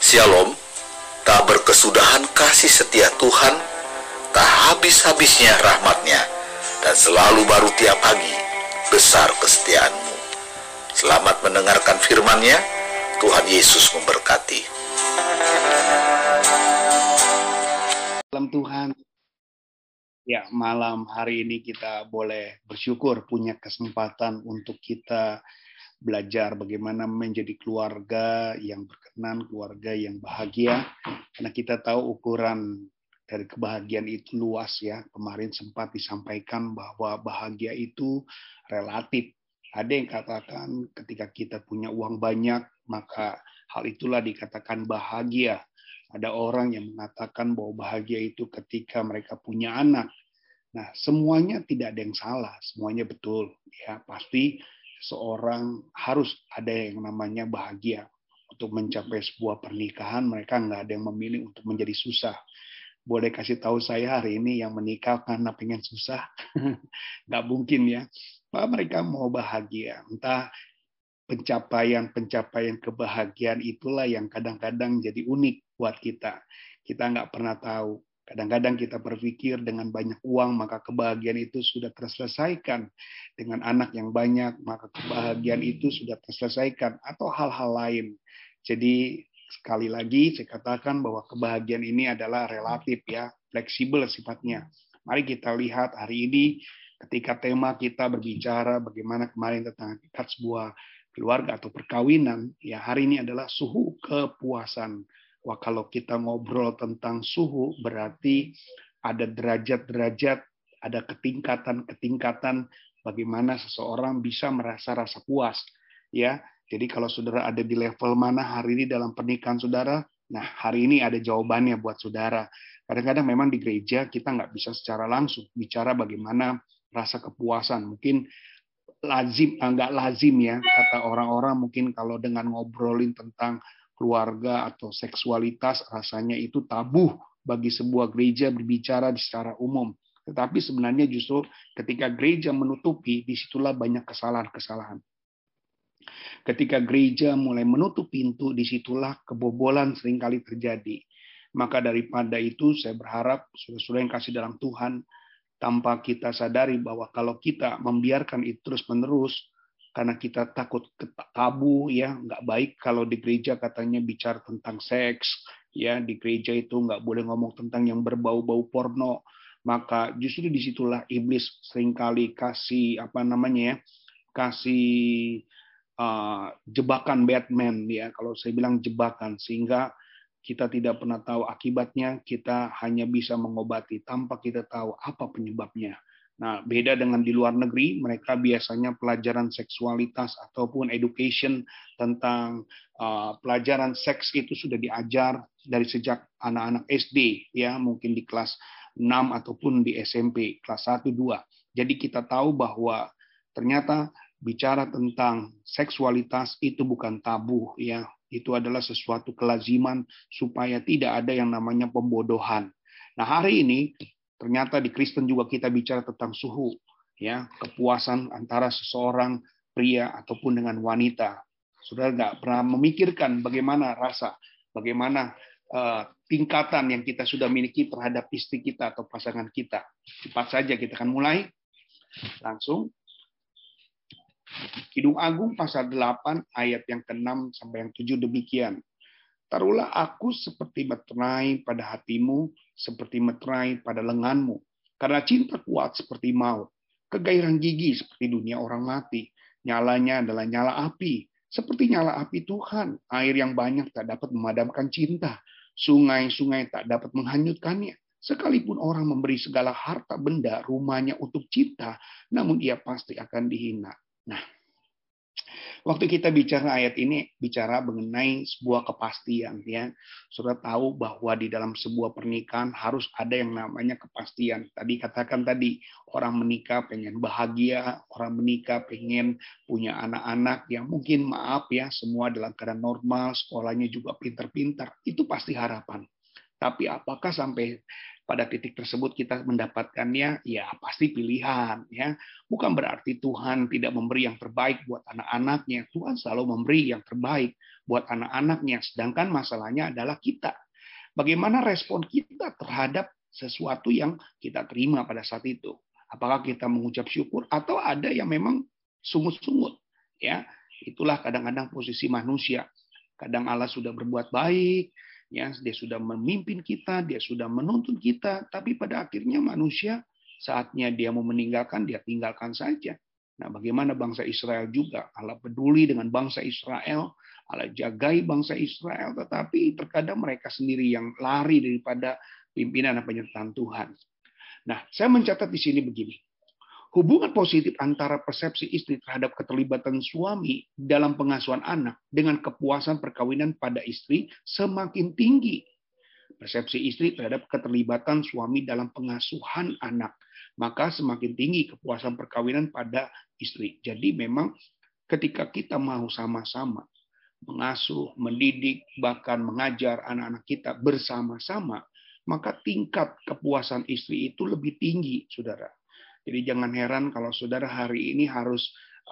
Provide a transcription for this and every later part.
Shalom, tak berkesudahan kasih setia Tuhan, tak habis-habisnya rahmat-Nya, dan selalu baru tiap pagi, besar kesetiaan-Mu. Selamat mendengarkan firman-Nya, Tuhan Yesus memberkati. Salam Tuhan. Ya, malam hari ini kita boleh bersyukur punya kesempatan untuk kita belajar bagaimana menjadi keluarga yang berkenan, keluarga yang bahagia. Karena kita tahu ukuran dari kebahagiaan itu luas ya. Kemarin sempat disampaikan bahwa bahagia itu relatif. Ada yang katakan ketika kita punya uang banyak, maka hal itulah dikatakan bahagia. Ada orang yang mengatakan bahwa bahagia itu ketika mereka punya anak. Nah, semuanya tidak ada yang salah, semuanya betul. Ya, pasti seorang harus ada yang namanya bahagia. Untuk mencapai sebuah pernikahan, mereka nggak ada yang memilih untuk menjadi susah. Boleh kasih tahu saya hari ini yang menikah karena pengen susah? Nggak mungkin ya. Mereka mau bahagia. Entah pencapaian kebahagiaan itulah yang kadang-kadang jadi unik buat kita. Kita nggak pernah tahu. Kadang-kadang kita berpikir dengan banyak uang maka kebahagiaan itu sudah terselesaikan. Dengan anak yang banyak maka kebahagiaan itu sudah terselesaikan. Atau hal-hal lain. Jadi sekali lagi saya katakan bahwa kebahagiaan ini adalah relatif ya. Fleksibel sifatnya. Mari kita lihat hari ini ketika tema kita berbicara bagaimana kemarin tentang hakikat sebuah keluarga atau perkawinan, ya hari ini adalah suhu kepuasan. Wah, kalau kita ngobrol tentang suhu, berarti ada derajat-derajat, ada ketingkatan-ketingkatan bagaimana seseorang bisa merasa rasa puas. Ya, jadi kalau saudara ada di level mana hari ini dalam pernikahan saudara, nah hari ini ada jawabannya buat saudara. Kadang-kadang memang di gereja kita nggak bisa secara langsung bicara bagaimana rasa kepuasan. Mungkin nggak lazim ya kata orang-orang mungkin kalau dengan ngobrolin tentang keluarga atau seksualitas rasanya itu tabu bagi sebuah gereja berbicara secara umum. Tetapi sebenarnya justru ketika gereja menutupi, disitulah banyak kesalahan-kesalahan. Ketika gereja mulai menutup pintu, disitulah kebobolan seringkali terjadi. Maka daripada itu saya berharap saudara-saudara yang kasih dalam Tuhan, tanpa kita sadari bahwa kalau kita membiarkan itu terus-menerus, karena kita takut tabu, ya nggak baik kalau di gereja katanya bicara tentang seks, ya di gereja itu nggak boleh ngomong tentang yang berbau-bau porno, maka justru disitulah iblis seringkali kasih kasih jebakan Batman ya, kalau saya bilang jebakan, sehingga kita tidak pernah tahu akibatnya, kita hanya bisa mengobati tanpa kita tahu apa penyebabnya. Nah, beda dengan di luar negeri, mereka biasanya pelajaran seksualitas ataupun education tentang pelajaran seks itu sudah diajar dari sejak anak-anak SD, ya mungkin di kelas 6 ataupun di SMP, kelas 1, 2. Jadi kita tahu bahwa ternyata bicara tentang seksualitas itu bukan tabu, ya. Itu adalah sesuatu kelaziman supaya tidak ada yang namanya pembodohan. Nah, hari ini ternyata di Kristen juga kita bicara tentang suhu, ya, kepuasan antara seseorang pria ataupun dengan wanita. Saudara nggak pernah memikirkan bagaimana rasa, bagaimana tingkatan yang kita sudah miliki terhadap istri kita atau pasangan kita. Cepat saja kita akan mulai langsung. Kidung Agung pasal 8 ayat yang ke-6 sampai yang 7 demikian. Taruhlah aku seperti meterai pada hatimu, seperti meterai pada lenganmu. Karena cinta kuat seperti maut, kegairahan gigi seperti dunia orang mati. Nyalanya adalah nyala api, seperti nyala api Tuhan. Air yang banyak tak dapat memadamkan cinta. Sungai-sungai tak dapat menghanyutkannya. Sekalipun orang memberi segala harta benda rumahnya untuk cinta, namun ia pasti akan dihina. Nah, waktu kita bicara ayat ini, bicara mengenai sebuah kepastian. Ya, Saudara tahu bahwa di dalam sebuah pernikahan harus ada yang namanya kepastian. Tadi katakan tadi, orang menikah pengen bahagia, orang menikah pengen punya anak-anak yang mungkin maaf ya, semua dalam keadaan normal, sekolahnya juga pintar-pintar. Itu pasti harapan. Tapi apakah sampai pada titik tersebut kita mendapatkannya? Ya pasti pilihan. Ya, bukan berarti Tuhan tidak memberi yang terbaik buat anak-anaknya. Tuhan selalu memberi yang terbaik. buat anak-anaknya. Sedangkan masalahnya adalah kita. Bagaimana respon kita terhadap sesuatu yang kita terima pada saat itu? Apakah kita mengucap syukur atau ada yang memang sungut-sungut? Ya, itulah kadang-kadang posisi manusia. Kadang Allah sudah berbuat baik, ya, dia sudah memimpin kita, dia sudah menuntun kita, tapi pada akhirnya manusia saatnya dia mau meninggalkan, dia tinggalkan saja. Nah, bagaimana bangsa Israel juga? Allah peduli dengan bangsa Israel, Allah jagai bangsa Israel, tetapi terkadang mereka sendiri yang lari daripada pimpinan dan penyertaan Tuhan. Nah, saya mencatat di sini begini. Hubungan positif antara persepsi istri terhadap keterlibatan suami dalam pengasuhan anak dengan kepuasan perkawinan pada istri semakin tinggi. Persepsi istri terhadap keterlibatan suami dalam pengasuhan anak, maka semakin tinggi kepuasan perkawinan pada istri. Jadi memang ketika kita mau sama-sama mengasuh, mendidik, bahkan mengajar anak-anak kita bersama-sama, maka tingkat kepuasan istri itu lebih tinggi, saudara. Jadi jangan heran kalau saudara hari ini harus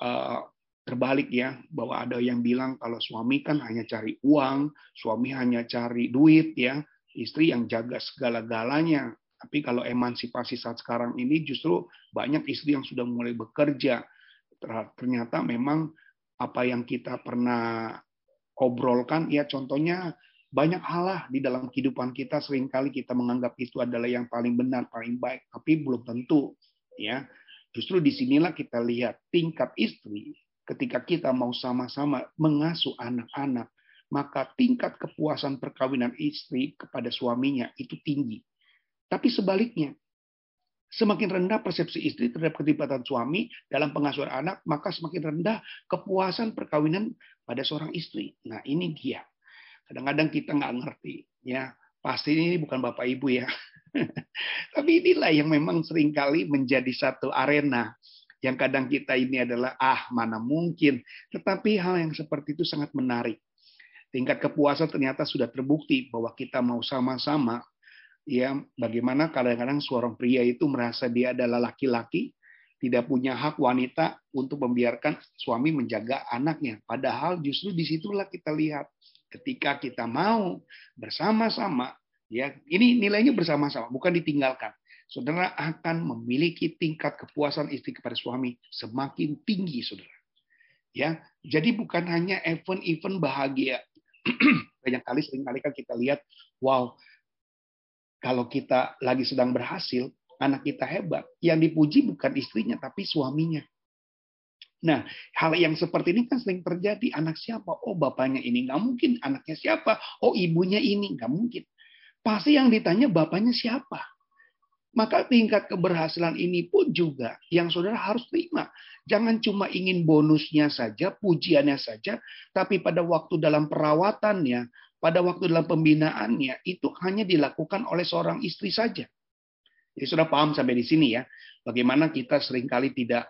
terbalik ya, bahwa ada yang bilang kalau suami kan hanya cari uang, suami hanya cari duit ya, istri yang jaga segala-galanya. Tapi kalau emansipasi saat sekarang ini justru banyak istri yang sudah mulai bekerja. Ternyata memang apa yang kita pernah obrolkan, ya contohnya banyak hal lah di dalam kehidupan kita, seringkali kita menganggap itu adalah yang paling benar, paling baik, tapi belum tentu. Ya, justru disinilah kita lihat tingkat istri ketika kita mau sama-sama mengasuh anak-anak, maka tingkat kepuasan perkawinan istri kepada suaminya itu tinggi. Tapi sebaliknya, semakin rendah persepsi istri terhadap keterlibatan suami dalam pengasuhan anak, maka semakin rendah kepuasan perkawinan pada seorang istri. Nah, ini dia. Kadang-kadang kita nggak ngerti, ya. Pasti ini bukan Bapak Ibu ya. Tapi inilah yang memang seringkali menjadi satu arena yang kadang kita ini adalah mana mungkin. Tetapi hal yang seperti itu sangat menarik. Tingkat kepuasan ternyata sudah terbukti bahwa kita mau sama-sama. Ya, bagaimana kadang-kadang seorang pria itu merasa dia adalah laki-laki, tidak punya hak wanita untuk membiarkan suami menjaga anaknya. Padahal justru disitulah kita lihat ketika kita mau bersama-sama, ya ini nilainya bersama-sama, bukan ditinggalkan. Saudara akan memiliki tingkat kepuasan istri kepada suami semakin tinggi, saudara. Ya, jadi bukan hanya event-event bahagia. Banyak kali, seringkali kan kita lihat, wow, kalau kita lagi sedang berhasil, anak kita hebat, yang dipuji bukan istrinya tapi suaminya. Nah, hal yang seperti ini kan sering terjadi. Anak siapa? Oh, bapaknya ini. Nggak mungkin. Anaknya siapa? Oh, ibunya ini. Nggak mungkin. Pasti yang ditanya bapaknya siapa. Maka tingkat keberhasilan ini pun juga yang saudara harus terima. Jangan cuma ingin bonusnya saja, pujiannya saja, tapi pada waktu dalam perawatannya, pada waktu dalam pembinaannya, itu hanya dilakukan oleh seorang istri saja. Jadi sudah paham sampai di sini ya, bagaimana kita seringkali tidak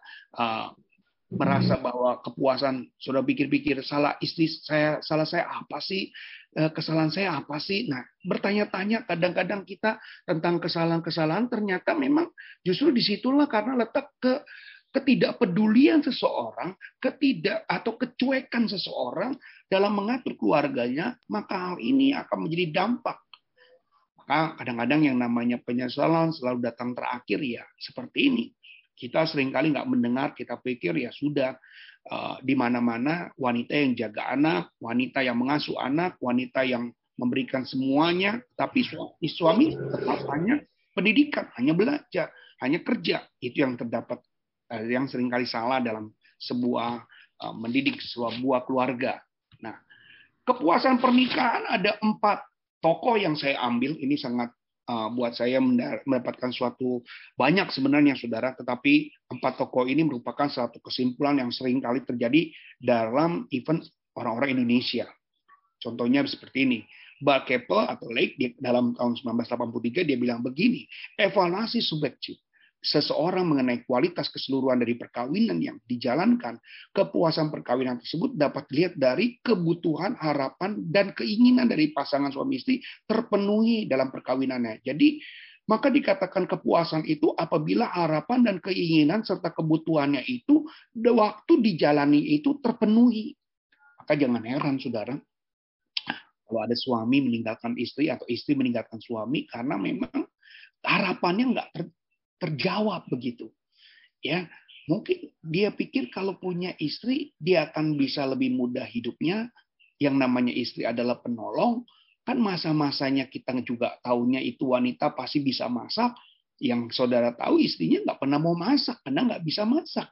merasa bahwa kepuasan, sudah pikir-pikir salah istri saya, salah saya apa sih, kesalahan saya apa sih. Nah, bertanya-tanya kadang-kadang kita tentang kesalahan-kesalahan, ternyata memang justru disitulah karena letak ketidakpedulian seseorang, atau kecuekan seseorang dalam mengatur keluarganya, maka hal ini akan menjadi dampak. Maka kadang-kadang yang namanya penyesalan selalu datang terakhir ya seperti ini. Kita seringkali nggak mendengar, kita pikir ya sudah, di mana-mana wanita yang jaga anak, wanita yang mengasuh anak, wanita yang memberikan semuanya, tapi suami tetap hanya pendidikan, hanya belajar, hanya kerja. Itu yang terdapat, yang seringkali salah dalam sebuah mendidik sebuah keluarga. Nah, kepuasan pernikahan ada 4 tokoh yang saya ambil, ini sangat buat saya mendapatkan suatu banyak sebenarnya saudara, tetapi 4 tokoh ini merupakan satu kesimpulan yang sering kali terjadi dalam event orang-orang Indonesia. Contohnya seperti ini. Bart Keppel atau Lake dalam tahun 1983 dia bilang begini, evaluasi subjektif seseorang mengenai kualitas keseluruhan dari perkawinan yang dijalankan, kepuasan perkawinan tersebut dapat dilihat dari kebutuhan, harapan, dan keinginan dari pasangan suami istri terpenuhi dalam perkawinannya. Jadi, maka dikatakan kepuasan itu apabila harapan dan keinginan serta kebutuhannya itu waktu dijalani itu terpenuhi. Maka jangan heran, saudara, Kalau ada suami meninggalkan istri atau istri meninggalkan suami karena memang harapannya nggak terjawab begitu. Ya, mungkin dia pikir kalau punya istri dia akan bisa lebih mudah hidupnya. Yang namanya istri adalah penolong. Kan masa-masanya kita juga tahunya itu wanita pasti bisa masak. Yang saudara tahu istrinya nggak pernah mau masak karena nggak bisa masak.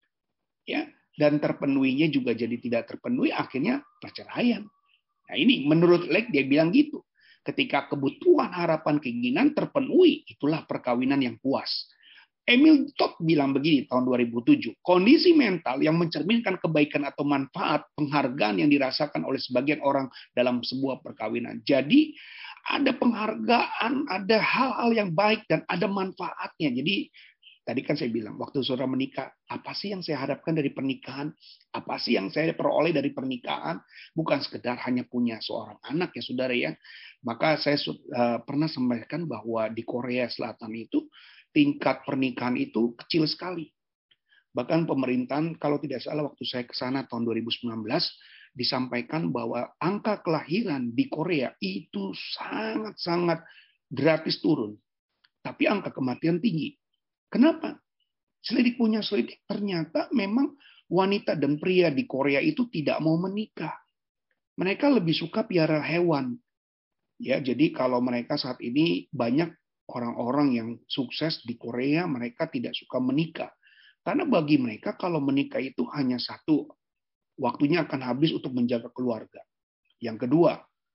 Ya, dan terpenuhinya juga jadi tidak terpenuhi, akhirnya perceraian. Nah ini menurut Leck dia bilang gitu. Ketika kebutuhan, harapan, keinginan terpenuhi, itulah perkawinan yang puas. Emil Todd bilang begini tahun 2007, kondisi mental yang mencerminkan kebaikan atau manfaat penghargaan yang dirasakan oleh sebagian orang dalam sebuah perkawinan. Jadi ada penghargaan, ada hal-hal yang baik dan ada manfaatnya. Jadi tadi kan saya bilang, waktu saudara menikah, apa sih yang saya harapkan dari pernikahan? Apa sih yang saya peroleh dari pernikahan? Bukan sekedar hanya punya seorang anak ya saudara ya. Maka saya pernah sampaikan bahwa di Korea Selatan itu tingkat pernikahan itu kecil sekali. Bahkan pemerintahan, kalau tidak salah waktu saya ke sana tahun 2019, disampaikan bahwa angka kelahiran di Korea itu sangat-sangat gratis turun. Tapi angka kematian tinggi. Kenapa? Selidik punya selidik, ternyata memang wanita dan pria di Korea itu tidak mau menikah. Mereka lebih suka piara hewan. Ya, jadi kalau mereka saat ini banyak orang-orang yang sukses di Korea, mereka tidak suka menikah. Karena bagi mereka kalau menikah itu hanya satu, waktunya akan habis untuk menjaga keluarga. Yang kedua,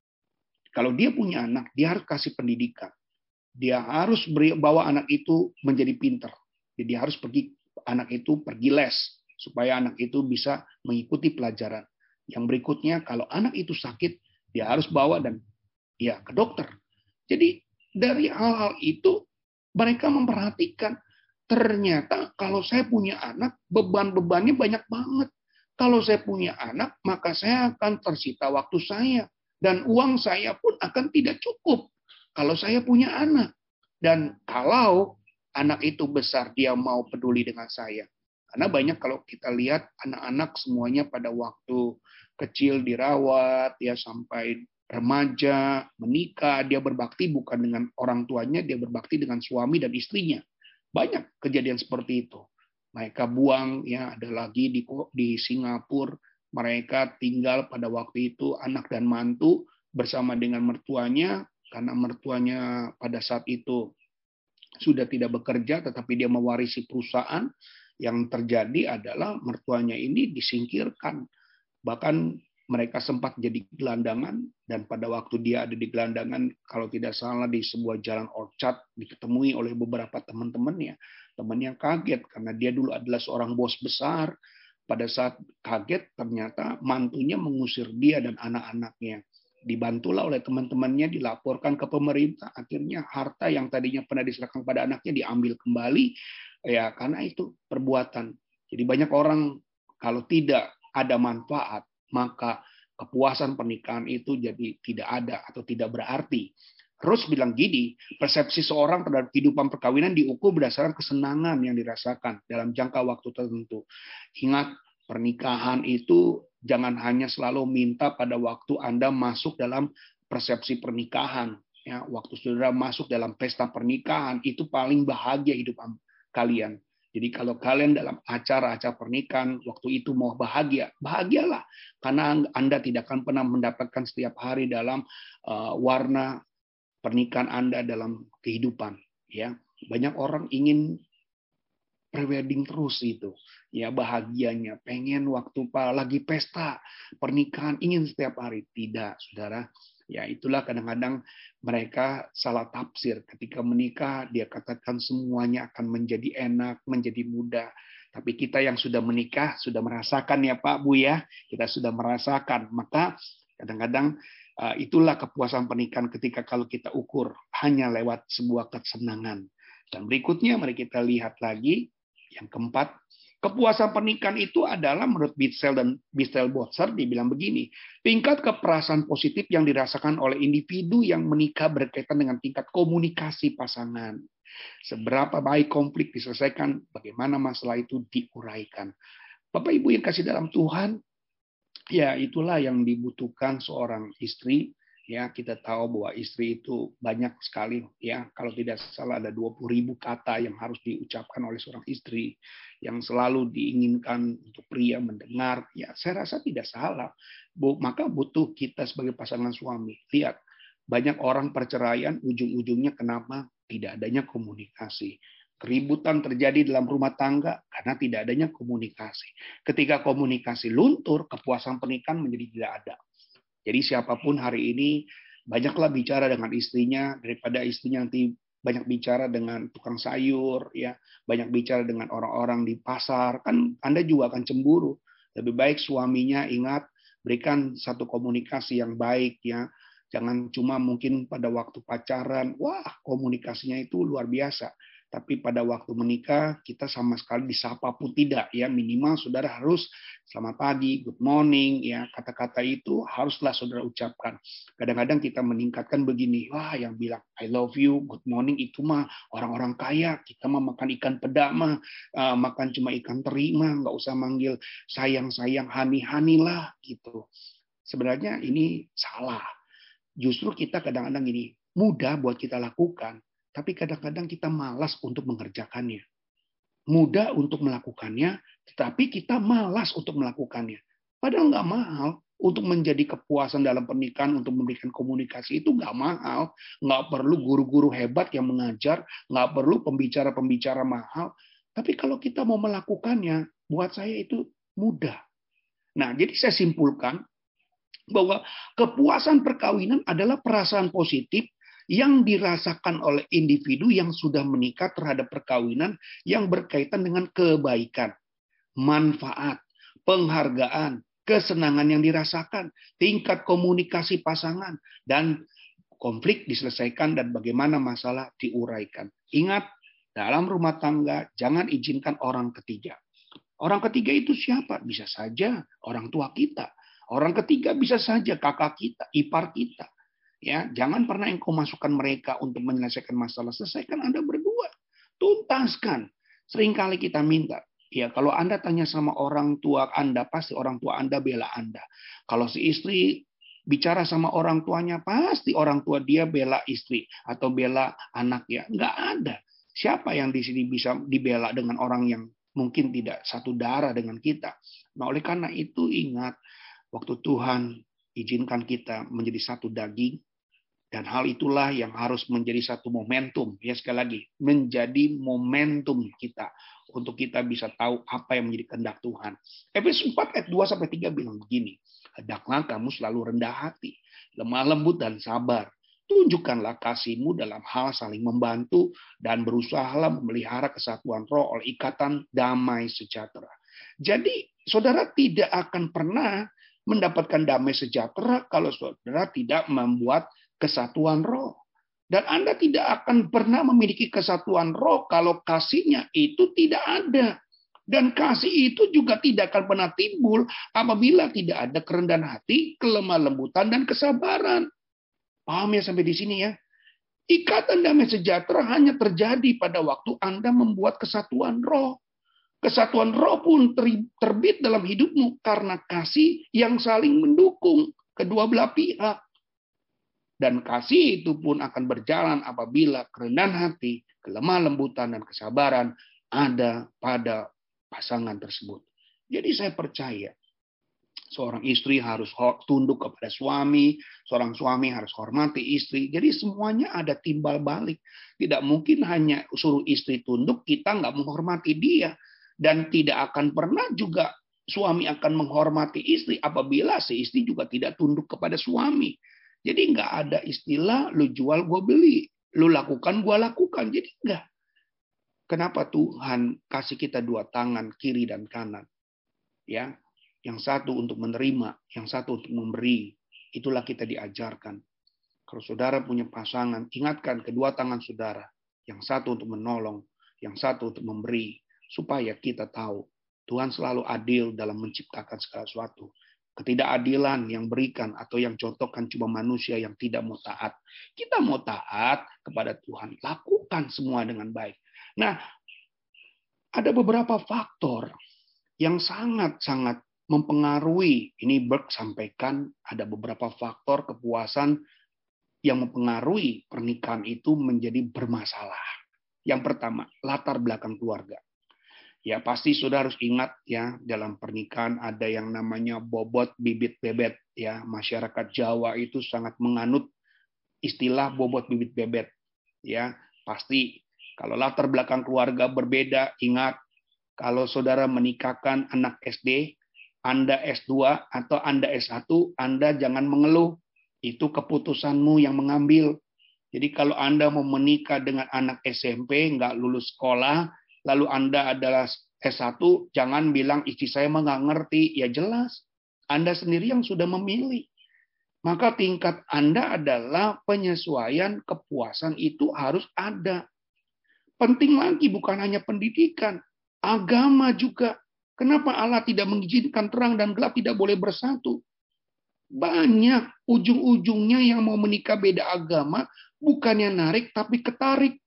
kalau dia punya anak, dia harus kasih pendidikan. Dia harus bawa anak itu menjadi pinter. Jadi harus anak itu pergi les supaya anak itu bisa mengikuti pelajaran. Yang berikutnya, kalau anak itu sakit, dia harus bawa dan ya ke dokter. Jadi dari hal-hal itu mereka memperhatikan ternyata kalau saya punya anak beban-bebannya banyak banget. Kalau saya punya anak maka saya akan tersita waktu saya dan uang saya pun akan tidak cukup kalau saya punya anak. Dan kalau anak itu besar dia mau peduli dengan saya. Karena banyak kalau kita lihat anak-anak semuanya pada waktu kecil dirawat ya sampai remaja, menikah, dia berbakti bukan dengan orang tuanya, dia berbakti dengan suami dan istrinya. Banyak kejadian seperti itu. Mereka buang, ya ada lagi di Singapura, mereka tinggal pada waktu itu anak dan mantu bersama dengan mertuanya, karena mertuanya pada saat itu sudah tidak bekerja, tetapi dia mewarisi perusahaan. Yang terjadi adalah mertuanya ini disingkirkan. Bahkan mereka sempat jadi gelandangan, dan pada waktu dia ada di gelandangan, kalau tidak salah di sebuah jalan orchard, diketemui oleh beberapa teman-temannya. Temannya kaget, karena dia dulu adalah seorang bos besar. Pada saat kaget, ternyata mantunya mengusir dia dan anak-anaknya. Dibantulah oleh teman-temannya, dilaporkan ke pemerintah. Akhirnya harta yang tadinya pernah diserahkan pada anaknya diambil kembali. Ya, karena itu perbuatan. Jadi banyak orang kalau tidak ada manfaat, maka kepuasan pernikahan itu jadi tidak ada atau tidak berarti. Rose bilang gini, persepsi seorang terhadap kehidupan perkawinan diukur berdasarkan kesenangan yang dirasakan dalam jangka waktu tertentu. Ingat, pernikahan itu jangan hanya selalu minta pada waktu Anda masuk dalam persepsi pernikahan. Ya, waktu saudara masuk dalam pesta pernikahan, itu paling bahagia hidup kalian. Jadi kalau kalian dalam acara-acara pernikahan, waktu itu mau bahagia, bahagialah. Karena Anda tidak akan pernah mendapatkan setiap hari dalam warna pernikahan Anda dalam kehidupan. Ya, banyak orang ingin prewedding terus itu. Ya, bahagianya. Pengen waktu lagi pesta pernikahan, ingin setiap hari. Tidak, saudara. Ya, itulah kadang-kadang mereka salah tafsir. Ketika menikah, dia katakan semuanya akan menjadi enak, menjadi mudah. Tapi kita yang sudah menikah, sudah merasakan ya Pak, Bu ya. Kita sudah merasakan. Maka kadang-kadang itulah kepuasan pernikahan ketika kalau kita ukur hanya lewat sebuah kesenangan. Dan berikutnya, mari kita lihat lagi. Yang keempat, kepuasan pernikahan itu adalah menurut Bitzel-Botzer dibilang begini, tingkat keperasaan positif yang dirasakan oleh individu yang menikah berkaitan dengan tingkat komunikasi pasangan. Seberapa baik konflik diselesaikan, bagaimana masalah itu diuraikan. Bapak Ibu yang kasih dalam Tuhan, ya itulah yang dibutuhkan seorang istri Ya, kita tahu bahwa istri itu banyak sekali, ya, kalau tidak salah ada 20.000 kata yang harus diucapkan oleh seorang istri yang selalu diinginkan untuk pria mendengar. Ya, saya rasa tidak salah. Maka butuh kita sebagai pasangan suami. Lihat, banyak orang perceraian ujung-ujungnya kenapa? Tidak adanya komunikasi. Keributan terjadi dalam rumah tangga karena tidak adanya komunikasi. Ketika komunikasi luntur, kepuasan pernikahan menjadi tidak ada. Jadi siapapun hari ini banyaklah bicara dengan istrinya daripada istrinya nanti banyak bicara dengan tukang sayur, ya, banyak bicara dengan orang-orang di pasar, kan Anda juga akan cemburu. Lebih baik suaminya ingat berikan satu komunikasi yang baik, ya. Jangan cuma mungkin pada waktu pacaran, wah komunikasinya itu luar biasa. Tapi pada waktu menikah kita sama sekali disapa pun tidak, ya, minimal saudara harus selamat pagi, good morning, ya, kata-kata itu haruslah saudara ucapkan. Kadang-kadang kita meningkatkan begini, wah yang bilang I love you, good morning itu mah orang-orang kaya, kita mah makan ikan peda mah, makan cuma ikan teri mah, nggak usah manggil sayang-sayang, honey-honey lah gitu. Sebenarnya ini salah. Justru kita kadang-kadang ini mudah buat kita lakukan, tapi kadang-kadang kita malas untuk mengerjakannya. Mudah untuk melakukannya, tetapi kita malas untuk melakukannya. Padahal nggak mahal. Untuk menjadi kepuasan dalam pernikahan, untuk memberikan komunikasi itu nggak mahal. Nggak perlu guru-guru hebat yang mengajar, nggak perlu pembicara-pembicara mahal. Tapi kalau kita mau melakukannya, buat saya itu mudah. Nah, jadi saya simpulkan bahwa kepuasan perkawinan adalah perasaan positif yang dirasakan oleh individu yang sudah menikah terhadap perkawinan yang berkaitan dengan kebaikan, manfaat, penghargaan, kesenangan yang dirasakan, tingkat komunikasi pasangan, dan konflik diselesaikan dan bagaimana masalah diuraikan. Ingat, dalam rumah tangga jangan izinkan orang ketiga. Orang ketiga itu siapa? Bisa saja orang tua kita. Orang ketiga bisa saja kakak kita, ipar kita. Ya, jangan pernah engkau masukkan mereka untuk menyelesaikan masalah. Selesaikan Anda berdua. Tuntaskan. Seringkali kita minta. Ya, kalau Anda tanya sama orang tua Anda, pasti orang tua Anda bela Anda. Kalau si istri bicara sama orang tuanya, pasti orang tua dia bela istri atau bela anaknya. Nggak ada. Siapa yang di sini bisa dibela dengan orang yang mungkin tidak satu darah dengan kita? Nah, oleh karena itu ingat, waktu Tuhan izinkan kita menjadi satu daging, dan hal itulah yang harus menjadi satu momentum, ya sekali lagi, menjadi momentum kita untuk kita bisa tahu apa yang menjadi kehendak Tuhan. Efesus 4 ayat 2-3 bilang begini, hendaklah kamu selalu rendah hati, lemah lembut dan sabar. Tunjukkanlah kasihmu dalam hal saling membantu dan berusahalah memelihara kesatuan roh oleh ikatan damai sejahtera. Jadi saudara tidak akan pernah mendapatkan damai sejahtera kalau saudara tidak membuat kesatuan roh. Dan Anda tidak akan pernah memiliki kesatuan roh kalau kasihnya itu tidak ada. Dan kasih itu juga tidak akan pernah timbul apabila tidak ada kerendahan hati, kelemah lembutan, dan kesabaran. Paham ya sampai di sini ya? Ikatan damai sejahtera hanya terjadi pada waktu Anda membuat kesatuan roh. Kesatuan roh pun terbit dalam hidupmu karena kasih yang saling mendukung kedua belah pihak. Dan kasih itu pun akan berjalan apabila kerendahan hati, kelemah lembutan, dan kesabaran ada pada pasangan tersebut. Jadi saya percaya seorang istri harus tunduk kepada suami, seorang suami harus hormati istri. Jadi semuanya ada timbal balik. Tidak mungkin hanya suruh istri tunduk, kita nggak menghormati dia. Dan tidak akan pernah juga suami akan menghormati istri apabila si istri juga tidak tunduk kepada suami. Jadi nggak ada istilah lu jual gue beli, lu lakukan gue lakukan. Jadi enggak. Kenapa Tuhan kasih kita dua tangan kiri dan kanan? Ya, yang satu untuk menerima, yang satu untuk memberi. Itulah kita diajarkan. Kalau saudara punya pasangan, ingatkan kedua tangan saudara. Yang satu untuk menolong, yang satu untuk memberi. Supaya kita tahu Tuhan selalu adil dalam menciptakan segala sesuatu. Ketidakadilan yang berikan atau yang contohkan cuma manusia yang tidak mau taat. Kita mau taat kepada Tuhan. Lakukan semua dengan baik. Nah, ada beberapa faktor yang sangat-sangat mempengaruhi. Ini Burke sampaikan ada beberapa faktor kepuasan yang mempengaruhi pernikahan itu menjadi bermasalah. Yang pertama, latar belakang keluarga. Ya pasti saudara harus ingat ya, dalam pernikahan ada yang namanya bobot bibit bebet ya. Masyarakat Jawa itu sangat menganut istilah bobot bibit bebet ya. Pasti kalau latar belakang keluarga berbeda, ingat kalau saudara menikahkan anak SD, Anda S2 atau Anda S1, Anda jangan mengeluh. Itu keputusanmu yang mengambil. Jadi kalau Anda mau menikah dengan anak SMP, nggak lulus sekolah, lalu Anda adalah S1, jangan bilang istri saya mah nggak ngerti. Ya jelas, Anda sendiri yang sudah memilih. Maka tingkat Anda adalah penyesuaian kepuasan itu harus ada. Penting lagi bukan hanya pendidikan, agama juga. Kenapa Allah tidak mengizinkan terang dan gelap tidak boleh bersatu? Banyak ujung-ujungnya yang mau menikah beda agama, bukannya narik tapi ketarik.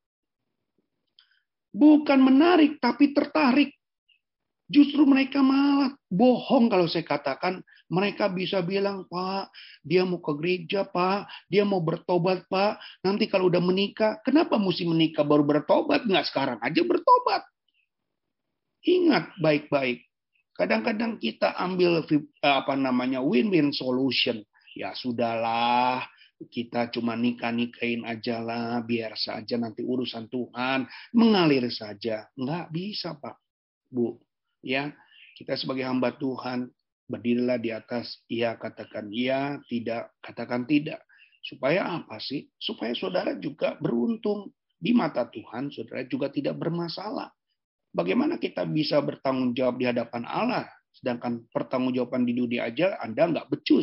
Bukan menarik tapi tertarik. Justru mereka malah bohong kalau saya katakan. Mereka bisa bilang, Pak, dia mau ke gereja, Pak. Dia mau bertobat, Pak. Nanti kalau udah menikah, kenapa mesti menikah baru bertobat? Nggak sekarang aja bertobat. Ingat baik-baik. Kadang-kadang kita ambil win-win solution. Ya sudahlah, kita cuma nikah-nikahin aja lah, biar saja nanti urusan Tuhan mengalir saja. Nggak bisa, Pak, Bu. Ya, kita sebagai hamba Tuhan berdirilah di atas iya katakan iya, tidak katakan tidak. Supaya apa sih? Supaya saudara juga beruntung di mata Tuhan, saudara juga tidak bermasalah. Bagaimana kita bisa bertanggung jawab di hadapan Allah, sedangkan pertanggungjawaban di dunia aja Anda nggak becus.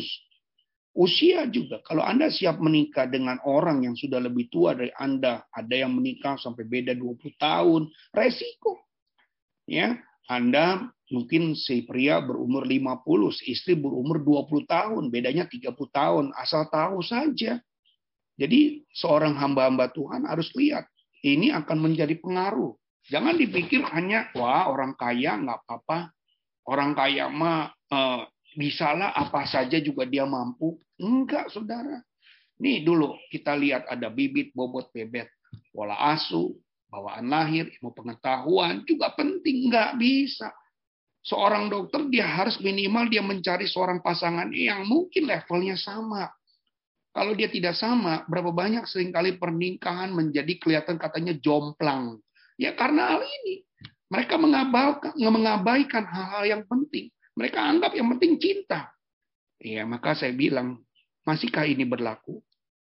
Usia juga, kalau Anda siap menikah dengan orang yang sudah lebih tua dari Anda, ada yang menikah sampai beda 20 tahun, resiko. Ya, Anda mungkin si pria berumur 50, si istri berumur 20 tahun, bedanya 30 tahun, asal tahu saja. Jadi seorang hamba-hamba Tuhan harus lihat, ini akan menjadi pengaruh. Jangan dipikir hanya, wah orang kaya nggak apa-apa, orang kaya mah bisalah apa saja juga dia mampu. Enggak, saudara. Nih dulu kita lihat ada bibit, bobot, bebet, pola asuh, bawaan lahir, ilmu pengetahuan juga penting. Nggak bisa. Seorang dokter dia harus minimal dia mencari seorang pasangan yang mungkin levelnya sama. Kalau dia tidak sama, berapa banyak seringkali pernikahan menjadi kelihatan katanya jomplang. Ya karena hal ini. Mereka mengabaikan hal-hal yang penting. Mereka anggap yang penting cinta. Ya, maka saya bilang, masihkah ini berlaku?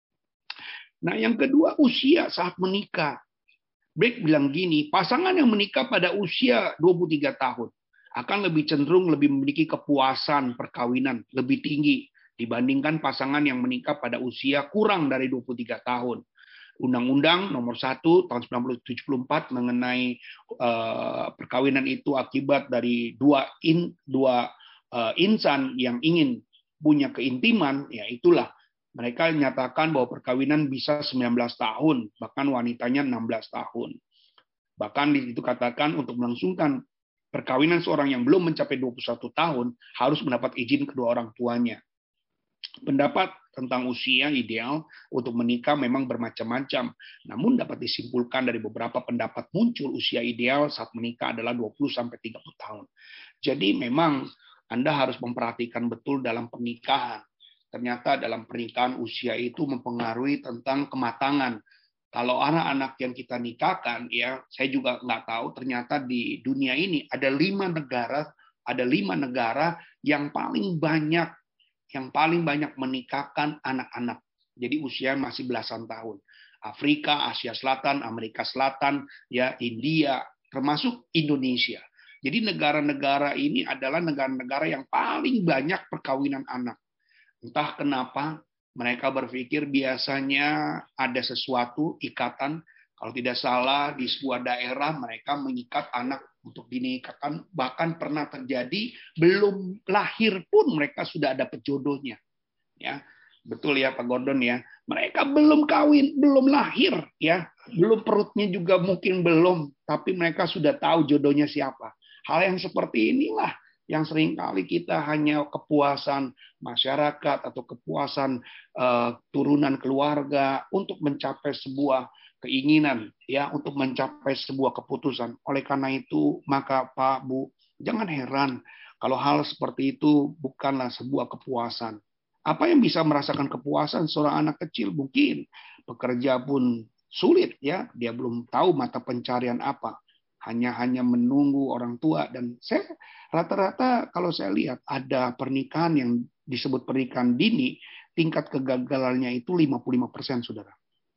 Nah, yang kedua, usia saat menikah. Break bilang gini, pasangan yang menikah pada usia 23 tahun akan lebih cenderung lebih memiliki kepuasan perkawinan lebih tinggi dibandingkan pasangan yang menikah pada usia kurang dari 23 tahun. Undang-Undang Nomor 1 tahun 1974 mengenai perkawinan itu akibat dari dua insan yang ingin punya keintiman, ya itulah mereka nyatakan bahwa perkawinan bisa 19 tahun, bahkan wanitanya 16 tahun. Bahkan di situ katakan untuk melangsungkan perkawinan seorang yang belum mencapai 21 tahun harus mendapat izin kedua orang tuanya. Pendapat tentang usia ideal untuk menikah memang bermacam-macam. Namun dapat disimpulkan dari beberapa pendapat muncul usia ideal saat menikah adalah 20-30 tahun. Jadi memang Anda harus memperhatikan betul dalam pernikahan. Ternyata dalam pernikahan usia itu mempengaruhi tentang kematangan. Kalau anak-anak yang kita nikahkan, ya saya juga nggak tahu ternyata di dunia ini ada 5 negara yang paling banyak menikahkan anak-anak. Jadi usia masih belasan tahun. Afrika, Asia Selatan, Amerika Selatan, ya India, termasuk Indonesia. Jadi negara-negara ini adalah negara-negara yang paling banyak perkawinan anak. Entah kenapa mereka berpikir biasanya ada sesuatu ikatan. Kalau tidak salah di sebuah daerah mereka mengikat anak untuk dinikahkan, bahkan pernah terjadi belum lahir pun mereka sudah ada jodohnya. Ya, betul ya Pak Gordon ya. Mereka belum kawin, belum lahir ya, belum perutnya juga mungkin belum, tapi mereka sudah tahu jodohnya siapa. Hal yang seperti inilah Yang seringkali kita hanya kepuasan masyarakat atau kepuasan turunan keluarga untuk mencapai sebuah keinginan, ya, untuk mencapai sebuah keputusan. Oleh karena itu, maka Pak, Bu, jangan heran kalau hal seperti itu bukanlah sebuah kepuasan. Apa yang bisa merasakan kepuasan seorang anak kecil? Mungkin bekerja pun sulit, ya, dia belum tahu mata pencarian apa. Hanya menunggu orang tua. Dan saya rata-rata kalau saya lihat ada pernikahan yang disebut pernikahan dini, tingkat kegagalannya itu 55%, saudara.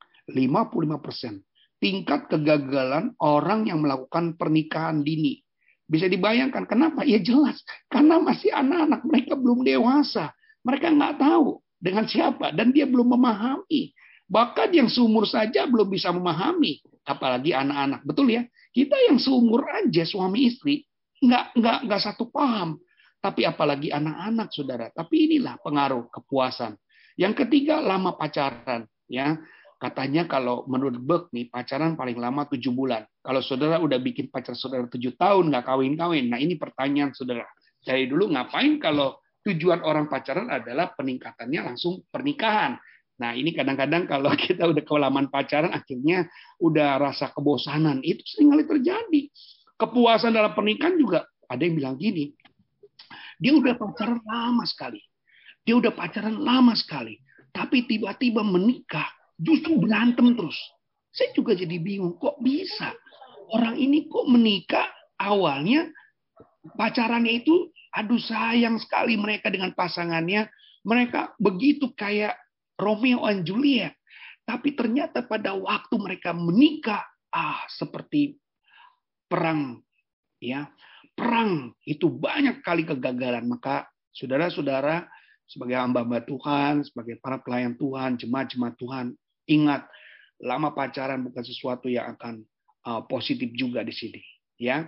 55%. Tingkat kegagalan orang yang melakukan pernikahan dini. Bisa dibayangkan kenapa? Ya jelas, karena masih anak-anak, mereka belum dewasa. Mereka nggak tahu dengan siapa, dan dia belum memahami. Bahkan yang seumur saja belum bisa memahami, apalagi anak-anak. Betul ya? Kita yang seumur aja suami istri nggak satu paham, tapi apalagi anak-anak, saudara. Tapi inilah pengaruh kepuasan. Yang ketiga, lama pacaran, ya. Katanya kalau menurut Beck nih, pacaran paling lama 7 bulan. Kalau saudara udah bikin pacar saudara 7 tahun nggak kawin-kawin. Nah ini pertanyaan saudara. Dari dulu ngapain kalau tujuan orang pacaran adalah peningkatannya langsung pernikahan. Nah ini kadang-kadang kalau kita udah kelamaan pacaran akhirnya udah rasa kebosanan. Itu seringkali terjadi. Kepuasan dalam pernikahan juga ada yang bilang gini, dia udah pacaran lama sekali. Dia udah pacaran lama sekali. Tapi tiba-tiba menikah, justru berantem terus. Saya juga jadi bingung, kok bisa? Orang ini kok menikah awalnya pacarannya itu, aduh sayang sekali mereka dengan pasangannya. Mereka begitu kayak Romeo dan Juliet. Tapi ternyata pada waktu mereka menikah, seperti perang. Ya, perang itu banyak kali kegagalan. Maka saudara-saudara, sebagai hamba-hamba Tuhan, sebagai para pelayan Tuhan, jemaat-jemaat Tuhan, ingat, lama pacaran bukan sesuatu yang akan positif juga di sini. Ya,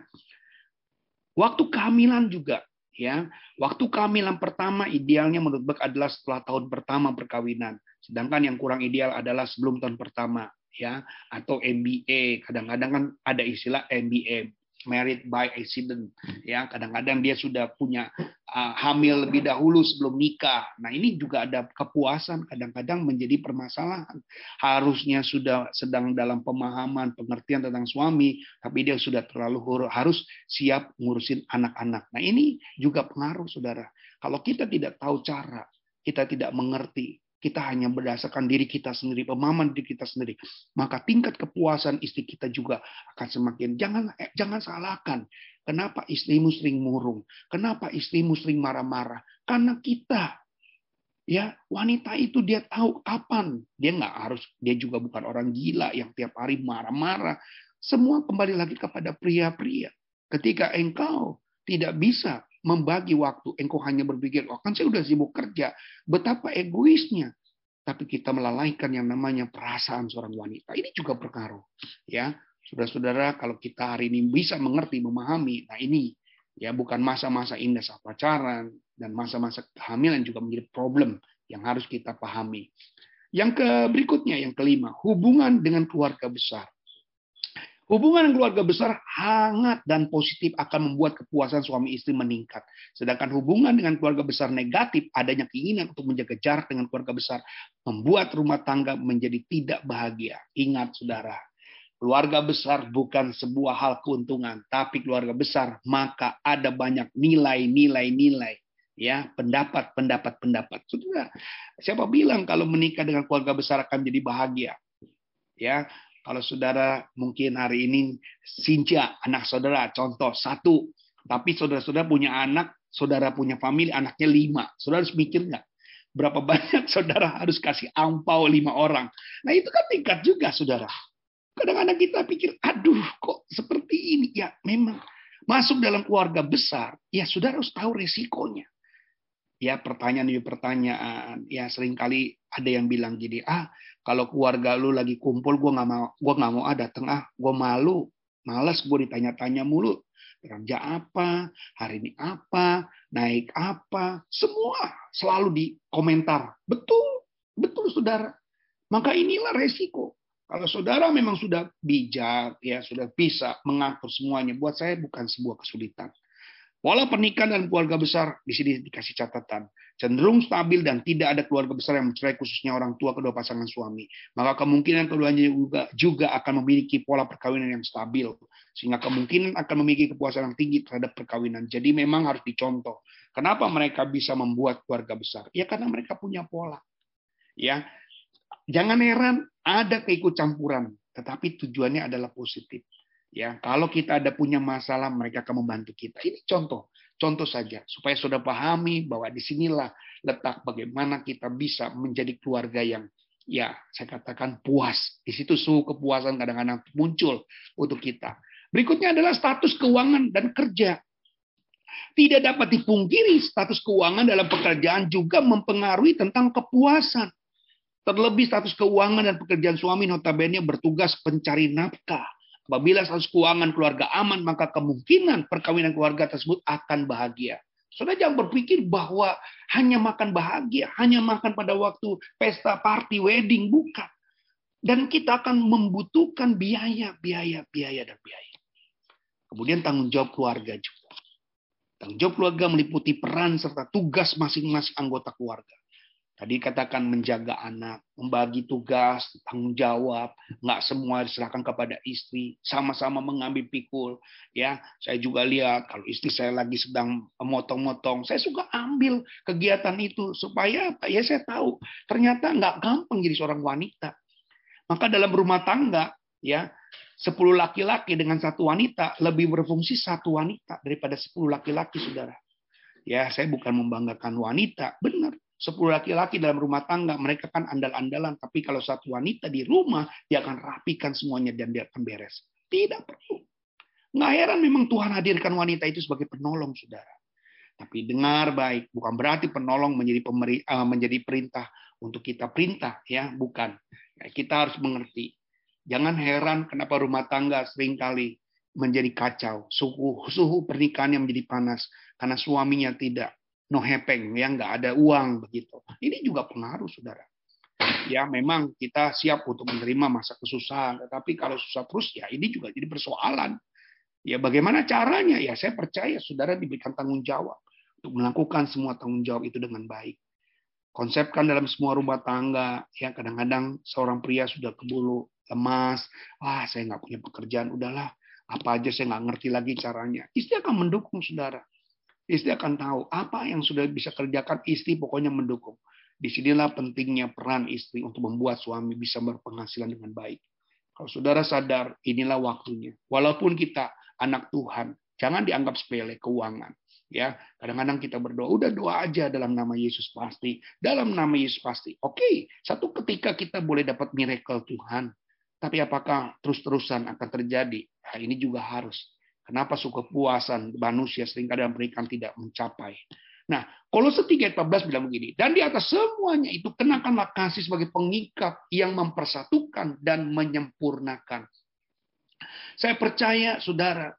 waktu kehamilan juga. Ya, waktu kehamilan pertama idealnya menurut Beck adalah setelah tahun pertama perkawinan. Sedangkan yang kurang ideal adalah sebelum tahun pertama, ya, atau MBA. Kadang-kadang kan ada istilah MBA, married by accident, ya. Kadang-kadang dia sudah punya hamil lebih dahulu sebelum nikah. Nah ini juga ada kepuasan kadang-kadang menjadi permasalahan. Harusnya sudah sedang dalam pemahaman pengertian tentang suami, tapi dia sudah terlalu harus siap ngurusin anak-anak. Nah ini juga pengaruh, saudara. Kalau kita tidak tahu cara, kita tidak mengerti, kita hanya berdasarkan diri kita sendiri, pemahaman diri kita sendiri, maka tingkat kepuasan istri kita juga akan semakin. Jangan salahkan. Kenapa istrimu sering murung? Kenapa istrimu sering marah-marah? Karena kita, ya, wanita itu dia tahu kapan. Dia juga bukan orang gila yang tiap hari marah-marah. Semua kembali lagi kepada pria-pria. Ketika engkau tidak bisa membagi waktu, engkau hanya berpikir, oh kan saya udah sibuk kerja, betapa egoisnya. Tapi kita melalaikan yang namanya perasaan seorang wanita. Ini juga berpengaruh, ya. Saudara-saudara, kalau kita hari ini bisa mengerti, memahami, nah ini ya bukan masa-masa indah saat pacaran dan masa-masa kehamilan juga menjadi problem yang harus kita pahami. Yang berikutnya, yang kelima, hubungan dengan keluarga besar. Hubungan keluarga besar hangat dan positif akan membuat kepuasan suami istri meningkat. Sedangkan hubungan dengan keluarga besar negatif, adanya keinginan untuk menjaga jarak dengan keluarga besar, membuat rumah tangga menjadi tidak bahagia. Ingat, saudara, keluarga besar bukan sebuah hal keuntungan, tapi keluarga besar maka ada banyak nilai-nilai, ya, pendapat. Saudara, siapa bilang kalau menikah dengan keluarga besar akan jadi bahagia? Ya, kalau saudara mungkin hari ini Sinja, anak saudara, contoh 1, tapi saudara-saudara punya anak, saudara punya famili, anaknya 5. Saudara harus mikir nggak? Berapa banyak saudara harus kasih angpau 5 orang? Nah itu kan tingkat juga, saudara. Kadang-kadang kita pikir, aduh kok seperti ini? Ya memang masuk dalam keluarga besar, ya saudara harus tahu resikonya. Ya pertanyaan demi pertanyaan, ya seringkali ada yang bilang gini, kalau keluarga lu lagi kumpul, gue nggak mau datang, gue malu, malas gue ditanya-tanya mulu, kerja apa, hari ini apa, naik apa, semua selalu di komentar. Betul saudara. Maka inilah resiko. Kalau saudara memang sudah bijak, ya sudah bisa mengatur semuanya, buat saya bukan sebuah kesulitan. Pola pernikahan dalam keluarga besar di sini dikasih catatan. Cenderung stabil dan tidak ada keluarga besar yang mencerai, khususnya orang tua kedua pasangan suami. Maka kemungkinan keduanya juga akan memiliki pola perkawinan yang stabil. Sehingga kemungkinan akan memiliki kepuasan yang tinggi terhadap perkawinan. Jadi memang harus dicontoh. Kenapa mereka bisa membuat keluarga besar? Ya karena mereka punya pola. Ya, jangan heran ada keikutcampuran, tetapi tujuannya adalah positif. Ya, kalau kita ada punya masalah, mereka akan membantu kita. Ini contoh saja supaya sudah pahami bahwa disinilah letak bagaimana kita bisa menjadi keluarga yang, ya, saya katakan puas. Di situ suhu kepuasan kadang-kadang muncul untuk kita. Berikutnya adalah status keuangan dan kerja. Tidak dapat dipungkiri status keuangan dalam pekerjaan juga mempengaruhi tentang kepuasan. Terlebih status keuangan dan pekerjaan suami notabene bertugas pencari nafkah. Apabila status keuangan keluarga aman, maka kemungkinan perkawinan keluarga tersebut akan bahagia. Saudara jangan berpikir bahwa hanya makan bahagia, hanya makan pada waktu pesta, party, wedding, bukan. Dan kita akan membutuhkan biaya. Kemudian tanggung jawab keluarga juga. Tanggung jawab keluarga meliputi peran serta tugas masing-masing anggota keluarga. Tadi katakan menjaga anak, membagi tugas, tanggung jawab, nggak semua diserahkan kepada istri, sama-sama mengambil pikul. Ya, saya juga lihat kalau istri saya lagi sedang motong-motong, saya suka ambil kegiatan itu supaya apa? Ya saya tahu ternyata nggak gampang jadi seorang wanita. Maka dalam rumah tangga, ya 10 laki-laki dengan 1 wanita lebih berfungsi 1 wanita daripada 10 laki-laki, saudara. Ya, saya bukan membanggakan wanita, benar. 10 laki-laki dalam rumah tangga, mereka kan andal-andalan. Tapi kalau 1 wanita di rumah, dia akan rapikan semuanya dan dia akan beres. Tidak perlu. Nggak heran memang Tuhan hadirkan wanita itu sebagai penolong, saudara. Tapi dengar baik, bukan berarti penolong menjadi perintah untuk kita perintah, ya, bukan. Ya, kita harus mengerti. Jangan heran kenapa rumah tangga seringkali menjadi kacau. Suhu pernikahannya menjadi panas karena suaminya tidak. No hepeng, ya nggak ada uang begitu. Ini juga pengaruh, saudara. Ya memang kita siap untuk menerima masa kesusahan, tetapi kalau susah terus ya ini juga jadi persoalan. Ya bagaimana caranya? Ya saya percaya saudara diberikan tanggung jawab untuk melakukan semua tanggung jawab itu dengan baik. Konsepkan dalam semua rumah tangga, ya kadang-kadang seorang pria sudah keburu lemas, saya nggak punya pekerjaan, udahlah, apa aja saya nggak ngerti lagi caranya. Istri akan mendukung, saudara. Istri akan tahu apa yang sudah bisa kerjakan, istri pokoknya mendukung. Disinilah pentingnya peran istri untuk membuat suami bisa berpenghasilan dengan baik. Kalau saudara sadar, inilah waktunya. Walaupun kita anak Tuhan, jangan dianggap sepele keuangan. Ya, kadang-kadang kita berdoa, udah doa aja dalam nama Yesus pasti, dalam nama Yesus pasti. Oke, satu ketika kita boleh dapat miracle Tuhan, tapi apakah terus-terusan akan terjadi? Nah, ini juga harus. Kenapa kepuasan manusia seringkali dalam pernikahan tidak mencapai? Nah, Kolose 3:14 bilang begini, dan di atas semuanya itu kenakanlah kasih sebagai pengikat yang mempersatukan dan menyempurnakan. Saya percaya, saudara,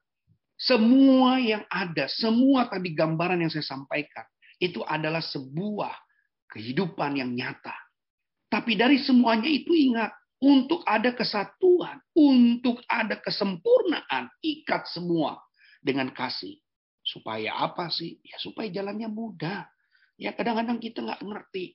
semua yang ada, semua tadi gambaran yang saya sampaikan, itu adalah sebuah kehidupan yang nyata. Tapi dari semuanya itu ingat, untuk ada kesatuan, untuk ada kesempurnaan, ikat semua dengan kasih. Supaya apa sih? Ya supaya jalannya mudah. Ya kadang-kadang kita nggak ngerti.